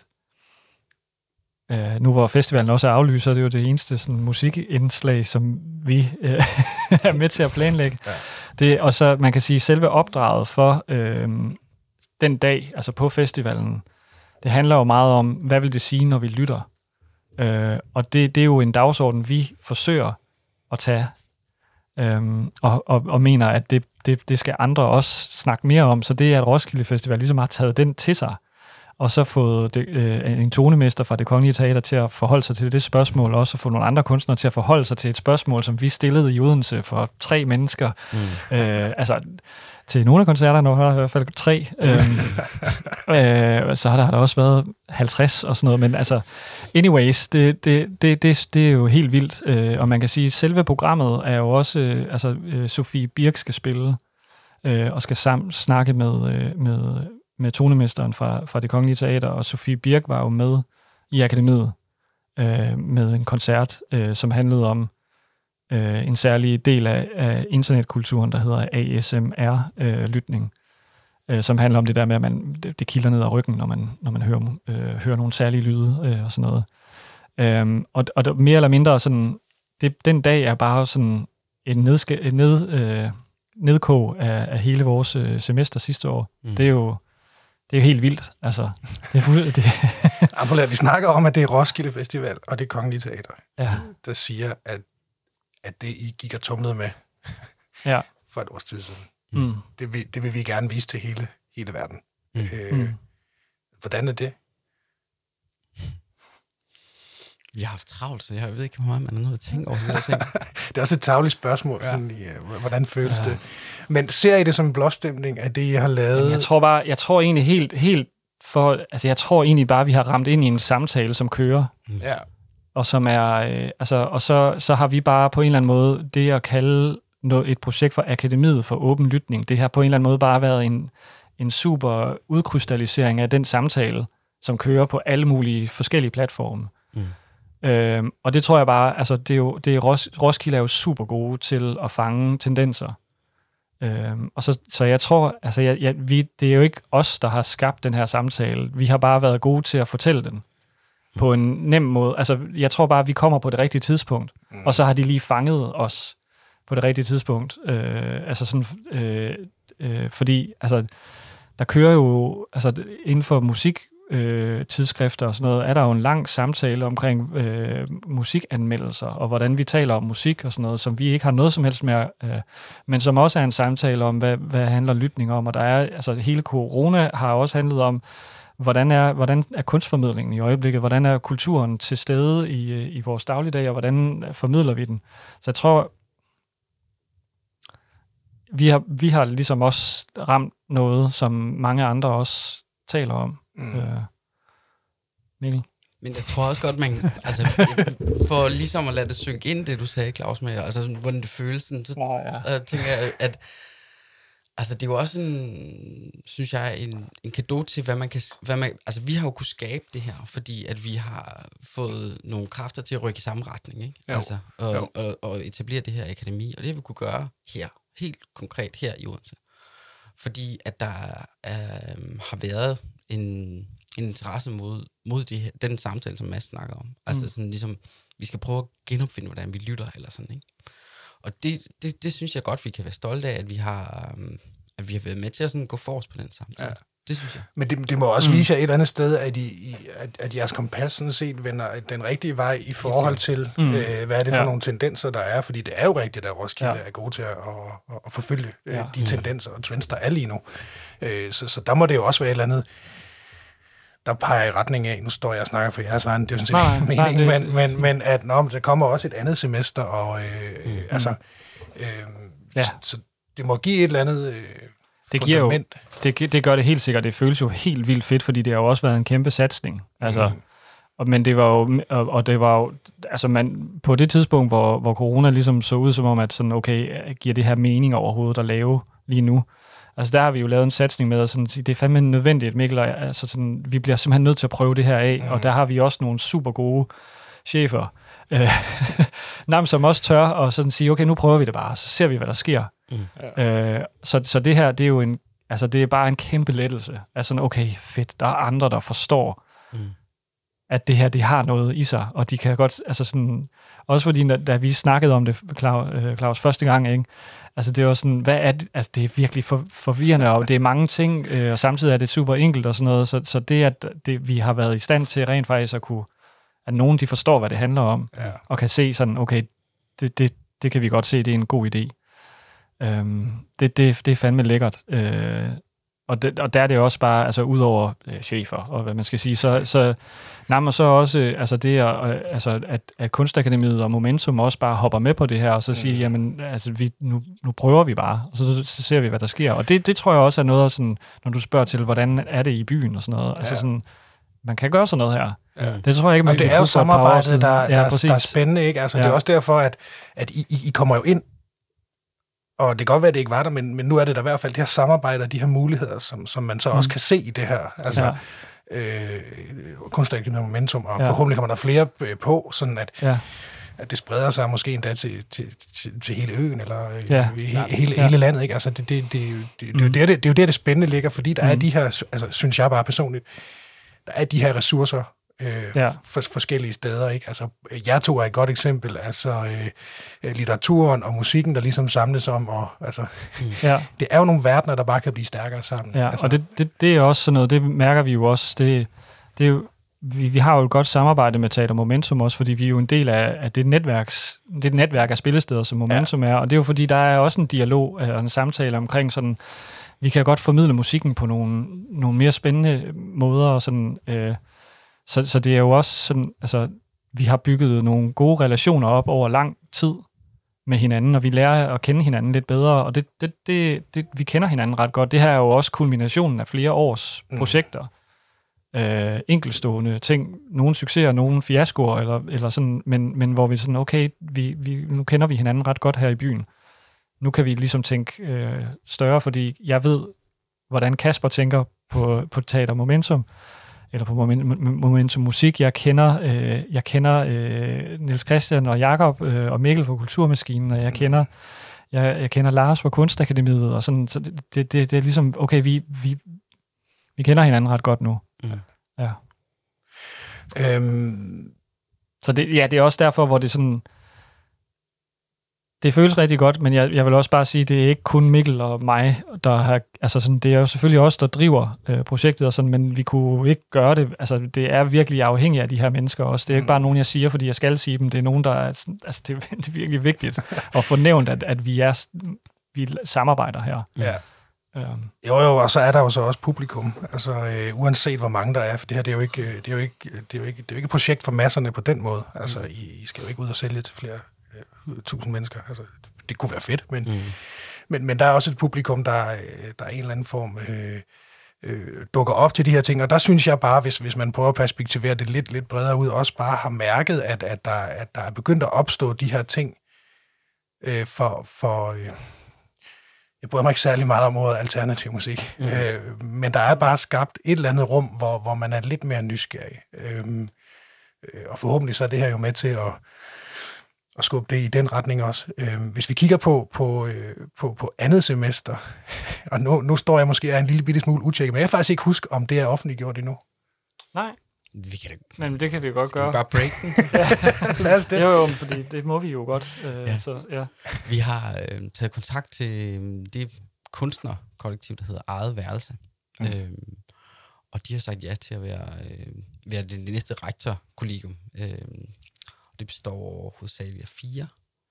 øh, nu hvor festivalen også er aflyst, så er det jo det eneste sådan, musikindslag, som vi øh, er med til at planlægge. Ja. Det, og så man kan sige, selve opdraget for øh, den dag, altså på festivalen, det handler jo meget om, hvad vil det sige, når vi lytter? Øh, og det, det er jo en dagsorden, vi forsøger at tage, Øhm, og, og, og mener, at det, det, det skal andre også snakke mere om. Så det er, at Roskilde Festival ligesom har taget den til sig, og så fået det, øh, en tonemester fra Det Kongelige Teater til at forholde sig til det spørgsmål, og også få nogle andre kunstnere til at forholde sig til et spørgsmål, som vi stillede i Odense for tre mennesker. Mm. Øh, altså, til nogle af koncerterne var der i hvert fald tre. øhm, øh, så har der, har der også været halvtreds og sådan noget, men altså, anyways, det, det, det, det, det er jo helt vildt, øh, og man kan sige, at selve programmet er jo også, øh, altså, øh, Sofie Birk skal spille, øh, og skal sammen snakke med, øh, med, med tonemesteren fra, fra Det Kongelige Teater, og Sofie Birk var jo med i akademiet øh, med en koncert, øh, som handlede om Øh, en særlig del af, af internetkulturen, der hedder A S M R-lytning, øh, øh, som handler om det der med, at man, det, det kilder ned ad ryggen, når man, når man hører, øh, hører nogle særlige lyde øh, og sådan noget. Øhm, og, og der, mere eller mindre sådan, det, den dag er bare sådan en, nedske, en ned, øh, nedkog af, af hele vores øh, semester sidste år. Mm. Det er jo det er jo helt vildt. Altså, det er fuld, det vi snakker om, at det er Roskilde Festival og Det Kongelige Teater, ja. der siger, at at det, I gik og tumlede med ja. for et års tid siden. Mm. Det, vil, det vil vi gerne vise til hele, hele verden. Mm. Øh, mm. Hvordan er det? Vi har haft travlt, så jeg ved ikke, hvor meget man er nødt til at tænke over det. Det er også et tavligt spørgsmål, ja. Sådan, ja, hvordan føles ja. det? Men ser I det som en blåstemning af det, I har lavet? Jamen, jeg tror bare, jeg tror egentlig helt, helt for, altså jeg tror egentlig bare, vi har ramt ind i en samtale, som kører. Mm. Ja. Og som er, øh, altså, og så, så har vi bare på en eller anden måde det at kalde noget, et projekt for Akademiet for åben lytning. Det har på en eller anden måde bare været en, en super udkrystallisering af den samtale, som kører på alle mulige forskellige platforme. Mm. Øhm, og det tror jeg bare, altså det er jo, det er Ros, Roskilde er jo super gode til at fange tendenser. Øhm, og så, så jeg tror, altså jeg, jeg, vi, det er jo ikke os, der har skabt den her samtale. Vi har bare været gode til at fortælle den på en nem måde. Altså, jeg tror bare, at vi kommer på det rigtige tidspunkt, mm. og så har de lige fanget os på det rigtige tidspunkt. Øh, altså sådan, øh, øh, fordi, altså, der kører jo, altså, inden for musiktidsskrifter øh, og sådan noget, er der jo en lang samtale omkring øh, musikanmeldelser, og hvordan vi taler om musik og sådan noget, som vi ikke har noget som helst med, øh, men som også er en samtale om, hvad, hvad handler lytning om, og der er, altså, hele corona har også handlet om, Hvordan er, hvordan er kunstformidlingen i øjeblikket? Hvordan er kulturen til stede i, i vores dagligdag, og hvordan formidler vi den? Så jeg tror, vi har, vi har ligesom også ramt noget, som mange andre også taler om. Mm. Øh, Mikkel? Men jeg tror også godt, man... Altså, for ligesom at lade det synke ind, det du sagde, Claus, med, altså, sådan, hvordan det føles, sådan, så oh, ja. øh, tænker jeg, at... Altså, det er jo også en, synes jeg, en, en cadeau til, hvad man kan... Hvad man, altså, vi har jo kunnet skabe det her, fordi at vi har fået nogle kræfter til at rykke i samme retning, ikke? Jo. Altså, og, Jo. og, og etablere det her akademi, og det har vi kunne gøre her, helt konkret her i Odense. Fordi at der øh, har været en... en interesse mod, mod det her, den samtale, som Mads snakker om. Altså Mm. sådan ligesom, vi skal prøve at genopfinde, hvordan vi lytter, eller sådan, ikke? Og det, det, det synes jeg godt, vi kan være stolte af, at vi har, um, at vi har været med til at sådan gå forrest på den samtale. Ja. Det synes jeg. Men det, det må også Mm. vise jer et eller andet sted, at, I, I, at, at jeres kompas sådan set vender den rigtige vej i forhold til, Mm. øh, hvad er det for Ja. nogle tendenser, der er. Fordi det er jo rigtigt, at Roskilde Ja. er gode til at, at, at, at forfølge øh, Ja. de tendenser og trends, der er lige nu. Øh, så, så der må det jo også være et eller andet, der peger i retning af, nu står jeg og snakker for jeres vejen, det er jo sådan set Nej, ikke nej, meningen, det- men, men, men at nå, men der kommer også et andet semester, og øh, Mm. øh, altså, øh, Ja. så, så det må give et eller andet øh, Det giver jo- fundament. Det, gi- det gør det helt sikkert. Det føles jo helt vildt fedt, fordi det har jo også været en kæmpe satsning. Altså, Mm. og, men det var jo, og, og det var jo, altså man, på det tidspunkt, hvor, hvor corona ligesom så ud som om, at sådan, okay, giver det her mening overhovedet at lave lige nu? Altså der har vi jo lavet en satsning med at sådan sige, det er fandme nødvendigt, Mikkel, og, altså sådan, vi bliver simpelthen nødt til at prøve det her af, Mm. og der har vi også nogle super gode chefer, øh, nærmest som også tør og sådan sige, okay, nu prøver vi det bare, så ser vi, hvad der sker. Mm. Øh, så, så det her, det er jo en, altså det er bare en kæmpe lettelse. Altså sådan, okay, fedt, der er andre, der forstår, Mm. at det her, det har noget i sig, og de kan godt, altså sådan, også fordi, da, da vi snakkede om det, Claus, øh, Claus første gang, ikke? Altså det var sådan, hvad er det, altså det er virkelig for, forvirrende, og det er mange ting, øh, og samtidig er det super enkelt og sådan noget, så, så det, at det, vi har været i stand til rent faktisk at kunne, at nogen, de forstår, hvad det handler om, Ja. og kan se sådan, okay, det, det, det kan vi godt se, det er en god idé. Øhm, det, det, det er fandme lækkert. Øh, og, det, og der er det også bare, altså ud over øh, chefer, og hvad man skal sige, så, så nærmere så også, øh, altså det er, øh, altså at, at Kunstakademiet og Momentum også bare hopper med på det her, og så siger, Mm. jamen, altså vi, nu, nu prøver vi bare, og så, så ser vi, hvad der sker. Og det, det tror jeg også er noget af sådan, når du spørger til, hvordan er det i byen og sådan noget, ja. Altså sådan, man kan gøre sådan noget her. Ja. Det tror jeg ikke, man Og det kan er jo bruge for et par år samarbejdet, siden. der, Ja, der, der, præcis. der er spændende, ikke? Altså, ja. Det Ja. er også derfor, at, at I, I, I kommer jo ind, og det kan godt være, at det ikke var der, men, men nu er det der i hvert fald de her samarbejder, de her muligheder, som, som man så Mm. også kan se i det her. Altså, Ja. øh, Kunstakademiet Momentum, og Ja. forhåbentlig kommer der flere øh, på, sådan at, Ja. at det spreder sig måske endda til, til, til, til hele øen, eller øh, Ja. i he, hele, Ja. hele landet, ikke? Altså, det, det, det, det, det, det, Mm. det, det, det er jo der, det spændende ligger, fordi der Mm. er de her, altså, synes jeg bare personligt, der er de her ressourcer, Øh, Ja. for, forskellige steder, ikke? Altså, jeg to er et godt eksempel, altså øh, litteraturen og musikken, der ligesom samles om, og altså, Ja. det er jo nogle verdener, der bare kan blive stærkere sammen. Ja, altså, og det, det, det er også sådan noget, det mærker vi jo også, det, det er jo, vi, vi har jo et godt samarbejde med Teater Momentum også, fordi vi er jo en del af, af det, netværks, det netværk af spillesteder, som Momentum ja. er, og det er jo fordi, der er også en dialog og en samtale omkring sådan, vi kan godt formidle musikken på nogle, nogle mere spændende måder, og sådan, øh, så, så det er jo også sådan, altså, vi har bygget nogle gode relationer op over lang tid med hinanden, og vi lærer at kende hinanden lidt bedre, og det, det, det, det, vi kender hinanden ret godt. Det her er jo også kulminationen af flere års Mm. projekter. Øh, enkeltstående ting, nogle succeser, nogle fiaskoer, eller, eller sådan, men, men hvor vi sådan, okay, vi, vi, nu kender vi hinanden ret godt her i byen. Nu kan vi ligesom tænke øh, større, fordi jeg ved, hvordan Kasper tænker på, på Teater Momentum, eller på Momentum Musik. Jeg kender, øh, jeg kender øh, Niels Christian og Jakob øh, og Mikkel på Kulturmaskinen, og jeg kender, jeg, jeg kender Lars på Kunstakademiet, og sådan, så det, det, det er ligesom, okay, vi, vi, vi kender hinanden ret godt nu. Mm. Ja. øhm, Så det, ja, det er også derfor, hvor det sådan, det føles rigtig godt, men jeg, jeg vil også bare sige, det er ikke kun Mikkel og mig, der har, altså sådan, det er jo selvfølgelig os, der driver øh, projektet og sådan, men vi kunne ikke gøre det, altså det er virkelig afhængigt af de her mennesker også. Det er ikke bare nogen, jeg siger, fordi jeg skal sige dem, det er nogen, der er, altså det, er, det er virkelig vigtigt at få nævnt, at, at vi er, vi samarbejder her. ja. Um, Jo, jo, og så er der jo så også publikum, altså øh, uanset hvor mange der er, for det her, det er jo ikke, øh, det er jo ikke, det er jo ikke, det er jo ikke et projekt for masserne på den måde. Altså, I, I skal jo ikke ud og sælge til flere øh, tusind mennesker. Altså, det kunne være fedt, men, Mm. men, men der er også et publikum, der, øh, der er en eller anden form øh, øh, dukker op til de her ting. Og der synes jeg bare, hvis, hvis man prøver at perspektivere det lidt, lidt bredere ud, også bare har mærket, at, at, der, at der er begyndt at opstå de her ting øh, for... for øh, jeg bryder mig ikke særlig meget om ordet alternativ musik, mm. øh, men der er bare skabt et eller andet rum, hvor, hvor man er lidt mere nysgerrig. Øh, øh, og forhåbentlig så er det her jo med til at, at skubbe det i den retning også. Øh, hvis vi kigger på, på, øh, på, på andet semester, og nu, nu står jeg måske en lille bitte smule utjekket, men jeg kan faktisk ikke huske, om det er offentliggjort endnu. Nej. Vi kan da... Men det kan vi godt Skal gøre. vi bare break den? Lad os det. Jo, jo, fordi det må vi jo godt. Øh, Ja. Så, ja. Vi har øh, taget kontakt til øh, det kunstnerkollektiv, der hedder Eget Værelse. Mm. Øhm, og de har sagt ja til at være, øh, være det, det næste rektorkollegium. Øhm, og det består hovedsageligt af fire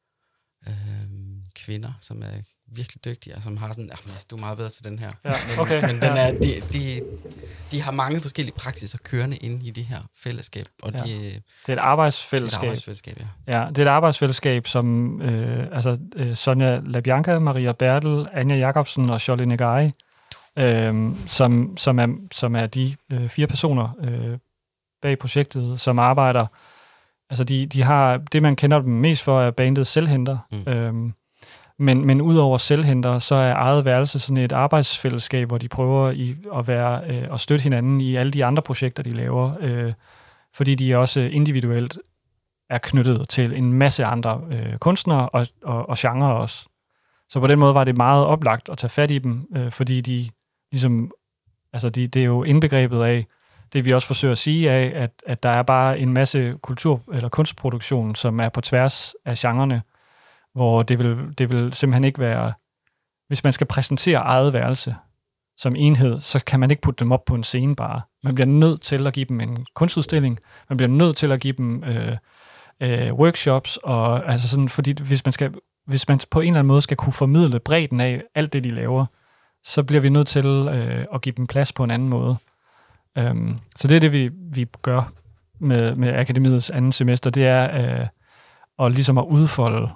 øh, kvinder, som er virkelig dygtige, og som har sådan, ah, du er meget bedre til den her. Ja, Men, okay. men den er, de, de, de har mange forskellige praksiser kørende inde i det her fællesskab, og Ja. de, Det er et det er et arbejdsfællesskab. arbejdsfællesskab, ja. Ja, det er et arbejdsfællesskab, som øh, altså, øh, Sonja LaBianca, Maria Bertel, Anja Jacobsen og Charlie Negari, øh, som, som, er, som er de øh, fire personer øh, bag projektet, som arbejder. Altså, de, de har det, man kender dem mest for, er bandet Selvhenter. Mm. Øhm, men, men udover Selvhenter, så er Eget Værelse sådan et arbejdsfællesskab, hvor de prøver i, at være øh, og støtte hinanden i alle de andre projekter, de laver. Øh, fordi de også individuelt er knyttet til en masse andre øh, kunstnere og, og, og genrer også. Så på den måde var det meget oplagt at tage fat i dem, øh, fordi de ligesom, altså de, det er jo indbegrebet af, det vi også forsøger at sige af, at, at der er bare en masse kultur- eller kunstproduktion, som er på tværs af genrerne, hvor det vil, det vil simpelthen ikke være, hvis man skal præsentere Eget Værelse som enhed, så kan man ikke putte dem op på en scene bare. Man bliver nødt til at give dem en kunstudstilling, man bliver nødt til at give dem øh, øh, workshops, og altså sådan, fordi hvis man, skal, hvis man på en eller anden måde skal kunne formidle bredden af alt det, de laver, så bliver vi nødt til øh, at give dem plads på en anden måde. Um, så det er det, vi, vi gør med, med akademiets anden semester, det er øh, at ligesom at udfolde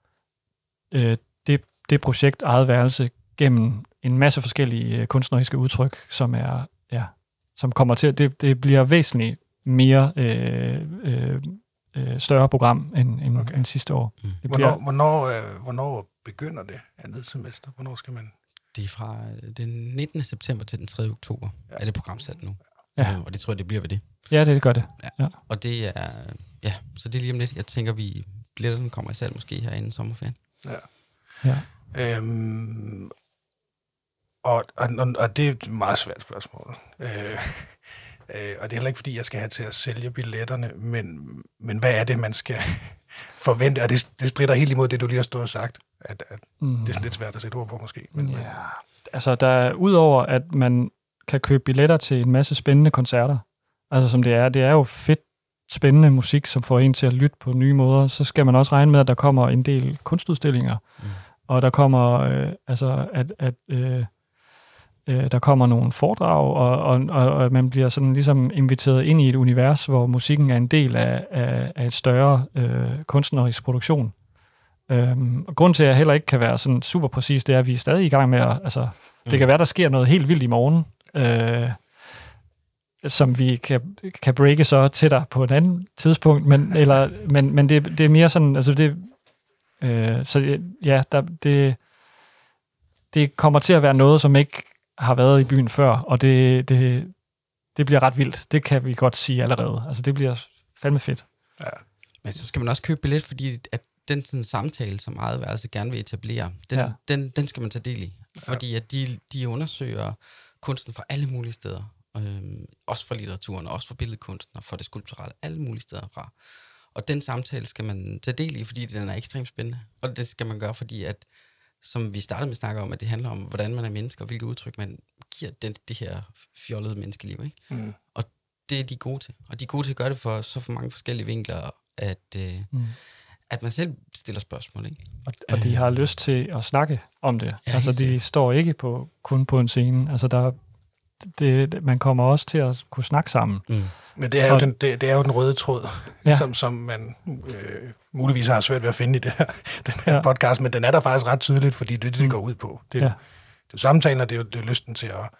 øh, det, det projekt Eget Værelse gennem en masse forskellige øh, kunstneriske udtryk, som er ja, som kommer til, det, det bliver væsentligt mere øh, øh, øh, større program end, end, okay. end sidste år. Mm. Det bliver, hvornår, hvornår, øh, hvornår begynder det andet semester? Hvornår skal man... Det er fra den nittende september til den tredje oktober, ja. Er det programsat nu. Ja. Øh, og det tror jeg, det bliver ved det. Ja, det gør det. Ja. Ja. Og det er, ja, så det er lige om lidt. Jeg tænker, vi billetterne kommer i salg måske her inden sommerferien. Ja. Ja. Øhm, og, og, og det er et meget svært spørgsmål. Øh, øh, og det er heller ikke, fordi jeg skal have til at sælge billetterne, men, men hvad er det, man skal forvente? Og det, det strider helt imod det, du lige har stået og sagt, at, at mm. det er sådan lidt svært at sætte ord på måske. Men, ja. men. Altså, der er, udover at man kan købe billetter til en masse spændende koncerter, altså som det er, det er jo fedt, spændende musik, som får en til at lytte på nye måder, så skal man også regne med, at der kommer en del kunstudstillinger, mm. og der kommer, øh, altså, at, at øh, øh, der kommer nogle foredrag, og, og, og, og man bliver sådan ligesom inviteret ind i et univers, hvor musikken er en del af, af, af et større øh, kunstnerisk produktion. Øhm, og grunden til, at jeg heller ikke kan være sådan super præcis, det er, at vi er stadig i gang med at, altså, det mm. kan være, der sker noget helt vildt i morgen, øh, som vi kan, kan breake så til dig på et andet tidspunkt, men, eller, men, men det, det er mere sådan, altså det, øh, så ja, der, det, det kommer til at være noget, som ikke har været i byen før, og det, det, det bliver ret vildt. Det kan vi godt sige allerede. Altså det bliver fandme fedt. Ja. Men så skal man også købe billet, fordi at den sådan, samtale, som Eget Værelse gerne vil etablere, den, ja. den, den skal man tage del i. Fordi at de, de undersøger kunsten fra alle mulige steder. Øhm, også fra litteraturen, også fra billedkunsten og fra det skulpturelle, alle mulige steder fra. Og den samtale skal man tage del i, fordi den er ekstremt spændende. Og det skal man gøre, fordi at, som vi startede med at snakke om, at det handler om, hvordan man er menneske, og hvilke udtryk man giver den, det her fjollede menneskeliv. Ikke? Mm. Og det er de gode til. Og de er gode til at gøre det for så for mange forskellige vinkler, at, øh, mm. at man selv stiller spørgsmål. Ikke? Og, og de har lyst til at snakke om det. Ja, altså, de står ikke på, kun på en scene. Altså, der Det, man kommer også til at kunne snakke sammen. Mm. Men det er, jo og, den, det, det er jo den røde tråd, ja. som, som man øh, muligvis har svært ved at finde i det her, den her ja. podcast, men den er der faktisk ret tydeligt, fordi det er det, det går ud på. Det, ja. det er samtalen, og det er jo det er lysten til at,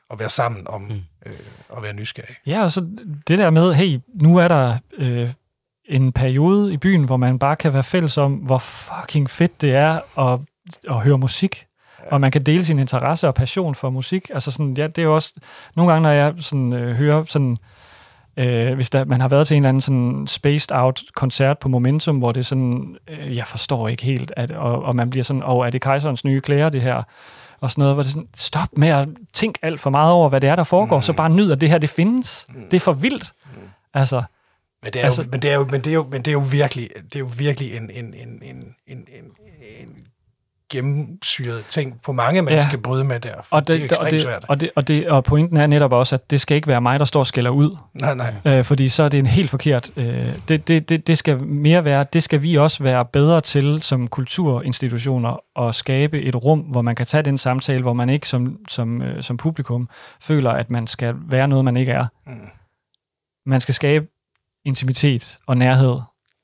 at være sammen om mm. øh, at være nysgerrig. Ja, og så det der med, hey, nu er der øh, en periode i byen, hvor man bare kan være fælles om, hvor fucking fedt det er at, at høre musik. Ja. Og man kan dele sin interesse og passion for musik. Altså sådan, ja, det er jo også nogle gange, når jeg sådan, øh, hører sådan, øh, hvis der, man har været til en eller anden sådan spaced out koncert på Momentum, hvor det er sådan, øh, jeg forstår ikke helt, at, og, og man bliver sådan, åh, oh, er det Kejserens nye klæder, det her? Og sådan noget, hvor det sådan, stop med at tænke alt for meget over, hvad det er, der foregår, mm. så bare nyd, at det her, det findes. Mm. Det er for vildt. Mm. Altså, men det er altså, jo, men det er jo, men det er jo, men det er jo virkelig, det er jo virkelig en, en, en, en, en, en, en gennemsyret ting på mange, man ja. skal bryde med der. Og det, det er ekstremt og det, svært. Og, det, og, det, og pointen er netop også, at det skal ikke være mig, der står og skælder ud. Nej, nej. Øh, fordi så er det en helt forkert. Øh, det, det, det, det skal mere være, det skal vi også være bedre til som kulturinstitutioner at skabe et rum, hvor man kan tage den samtale, hvor man ikke som, som, øh, som publikum føler, at man skal være noget, man ikke er. Mm. Man skal skabe intimitet og nærhed,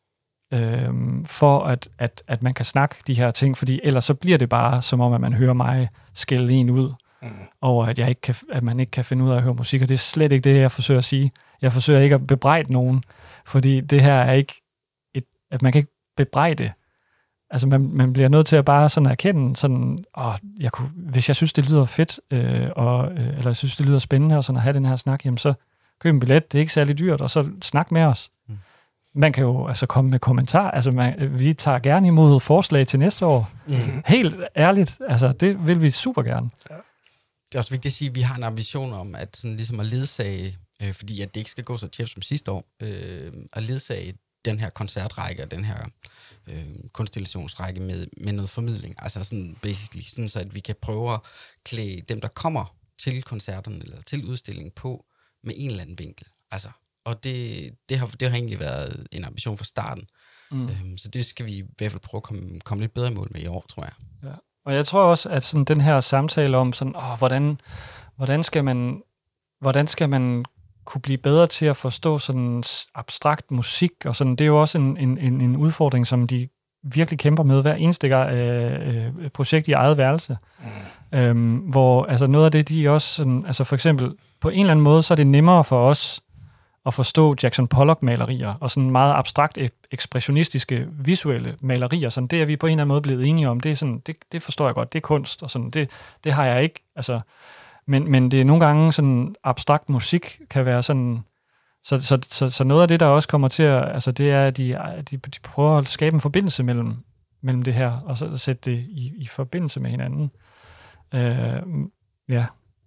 Øhm, for at, at, at man kan snakke de her ting, fordi ellers så bliver det bare som om, at man hører mig skælde en ud mm. over, at, jeg ikke kan, at man ikke kan finde ud af at høre musik, og det er slet ikke det, jeg forsøger at sige. Jeg forsøger ikke at bebrejde nogen, fordi det her er ikke, et, at man kan ikke bebrejde. Altså man, man bliver nødt til at bare sådan erkende, sådan, åh, jeg kunne, hvis jeg synes, det lyder fedt, øh, og, øh, eller jeg synes, det lyder spændende og sådan at have den her snak, jamen så køb en billet, det er ikke særlig dyrt, og så snak med os. Mm. Man kan jo altså komme med kommentar. Altså, man, vi tager gerne imod forslag til næste år. Mm. Helt ærligt. Altså, det vil vi super gerne. Ja. Det er også vigtigt at sige, at vi har en ambition om, at sådan ligesom at ledsage, øh, fordi at det ikke skal gå så tæt som sidste år, øh, at ledsage den her koncertrække og den her øh, konstellationsrække med, med noget formidling. Altså sådan basically, sådan så at vi kan prøve at klæde dem, der kommer til koncerterne eller til udstillingen på, med en eller anden vinkel. Altså, og det, det, har, det har egentlig været en ambition fra starten. Mm. Øhm, så det skal vi i hvert fald prøve at komme, komme lidt bedre i mål med i år, tror jeg. Ja. Og jeg tror også, at sådan den her samtale om, sådan, åh, hvordan, hvordan, skal man, hvordan skal man kunne blive bedre til at forstå sådan abstrakt musik, og sådan, det er jo også en, en, en udfordring, som de virkelig kæmper med hver eneste øh, øh, projekt i eget værelse. Mm. Øhm, hvor altså noget af det, de også, sådan, altså for eksempel, på en eller anden måde, så er det nemmere for os at forstå Jackson Pollock-malerier, og sådan meget abstrakt, ekspressionistiske, visuelle malerier. Sådan, det er vi på en eller anden måde blevet enige om. Det, er sådan, det, det forstår jeg godt, det er kunst, og sådan, det, det har jeg ikke. Altså, men, men det er nogle gange sådan, abstrakt musik kan være sådan, så, så, så, så noget af det, der også kommer til at, altså det er, at de, de, de prøver at skabe en forbindelse mellem, mellem det her, og så sætte det i, i forbindelse med hinanden. Øh, ja.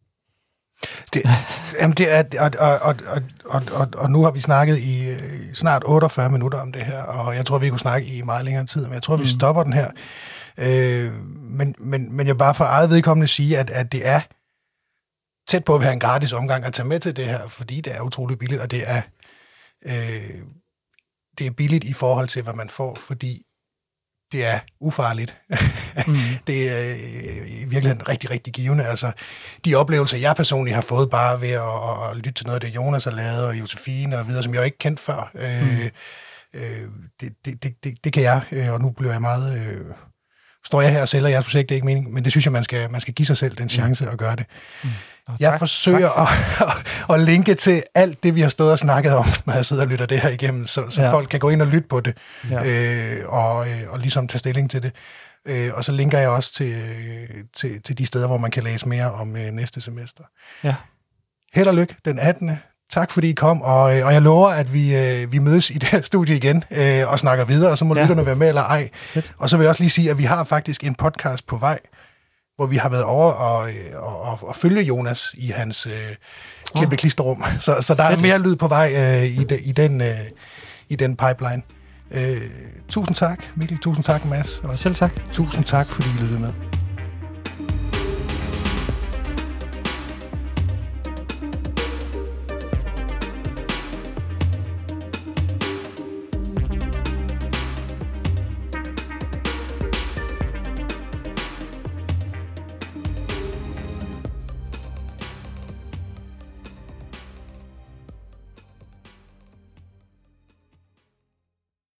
Det, jamen det er, og, og, og, og, og, og nu har vi snakket i snart otteogfyrre minutter om det her, og jeg tror, vi kunne snakke i meget længere tid, men jeg tror, vi stopper den her. Øh, men, men, men jeg bare for eget vedkommende sige, at, at det er tæt på at være en gratis omgang at tage med til det her, fordi det er utroligt billigt, og det er, øh, det er billigt i forhold til, hvad man får, fordi det er ufarligt. Mm. Det er øh, i virkeligheden rigtig, rigtig givende. Altså, de oplevelser, jeg personligt har fået bare ved at, at lytte til noget af det, Jonas har lavet, og Josefine og videre, som jeg jo ikke kendt før, øh, mm. øh, det, det, det, det, det kan jeg, øh, og nu bliver jeg meget... Øh, står jeg her og sælger jeres projekt, det er ikke mening, men det synes jeg, man skal, man skal give sig selv den chance mm. at gøre det. Mm. Oh, jeg tak, forsøger tak. At, at linke til alt det, vi har stået og snakket om, når jeg sidder og lytter det her igennem, så, så ja. folk kan gå ind og lytte på det, ja. øh, og, og ligesom tage stilling til det. Øh, og så linker jeg også til, til, til de steder, hvor man kan læse mere om øh, næste semester. Ja. Held og lykke den attende Tak fordi I kom, og, og jeg lover, at vi, øh, vi mødes i det her studie igen øh, og snakker videre, og så må ja. lytterne være med eller ej. Fedt. Og så vil jeg også lige sige, at vi har faktisk en podcast på vej, hvor vi har været over og, og, og, og følge Jonas i hans øh, klippe-klisterrum. Så, så der Fedt. er mere lyd på vej øh, i, de, i, den, øh, i den pipeline. Øh, tusind tak, Mikkel. Tusind tak, Mads. Og selv tak. Tusind tak, fordi I lyttede med.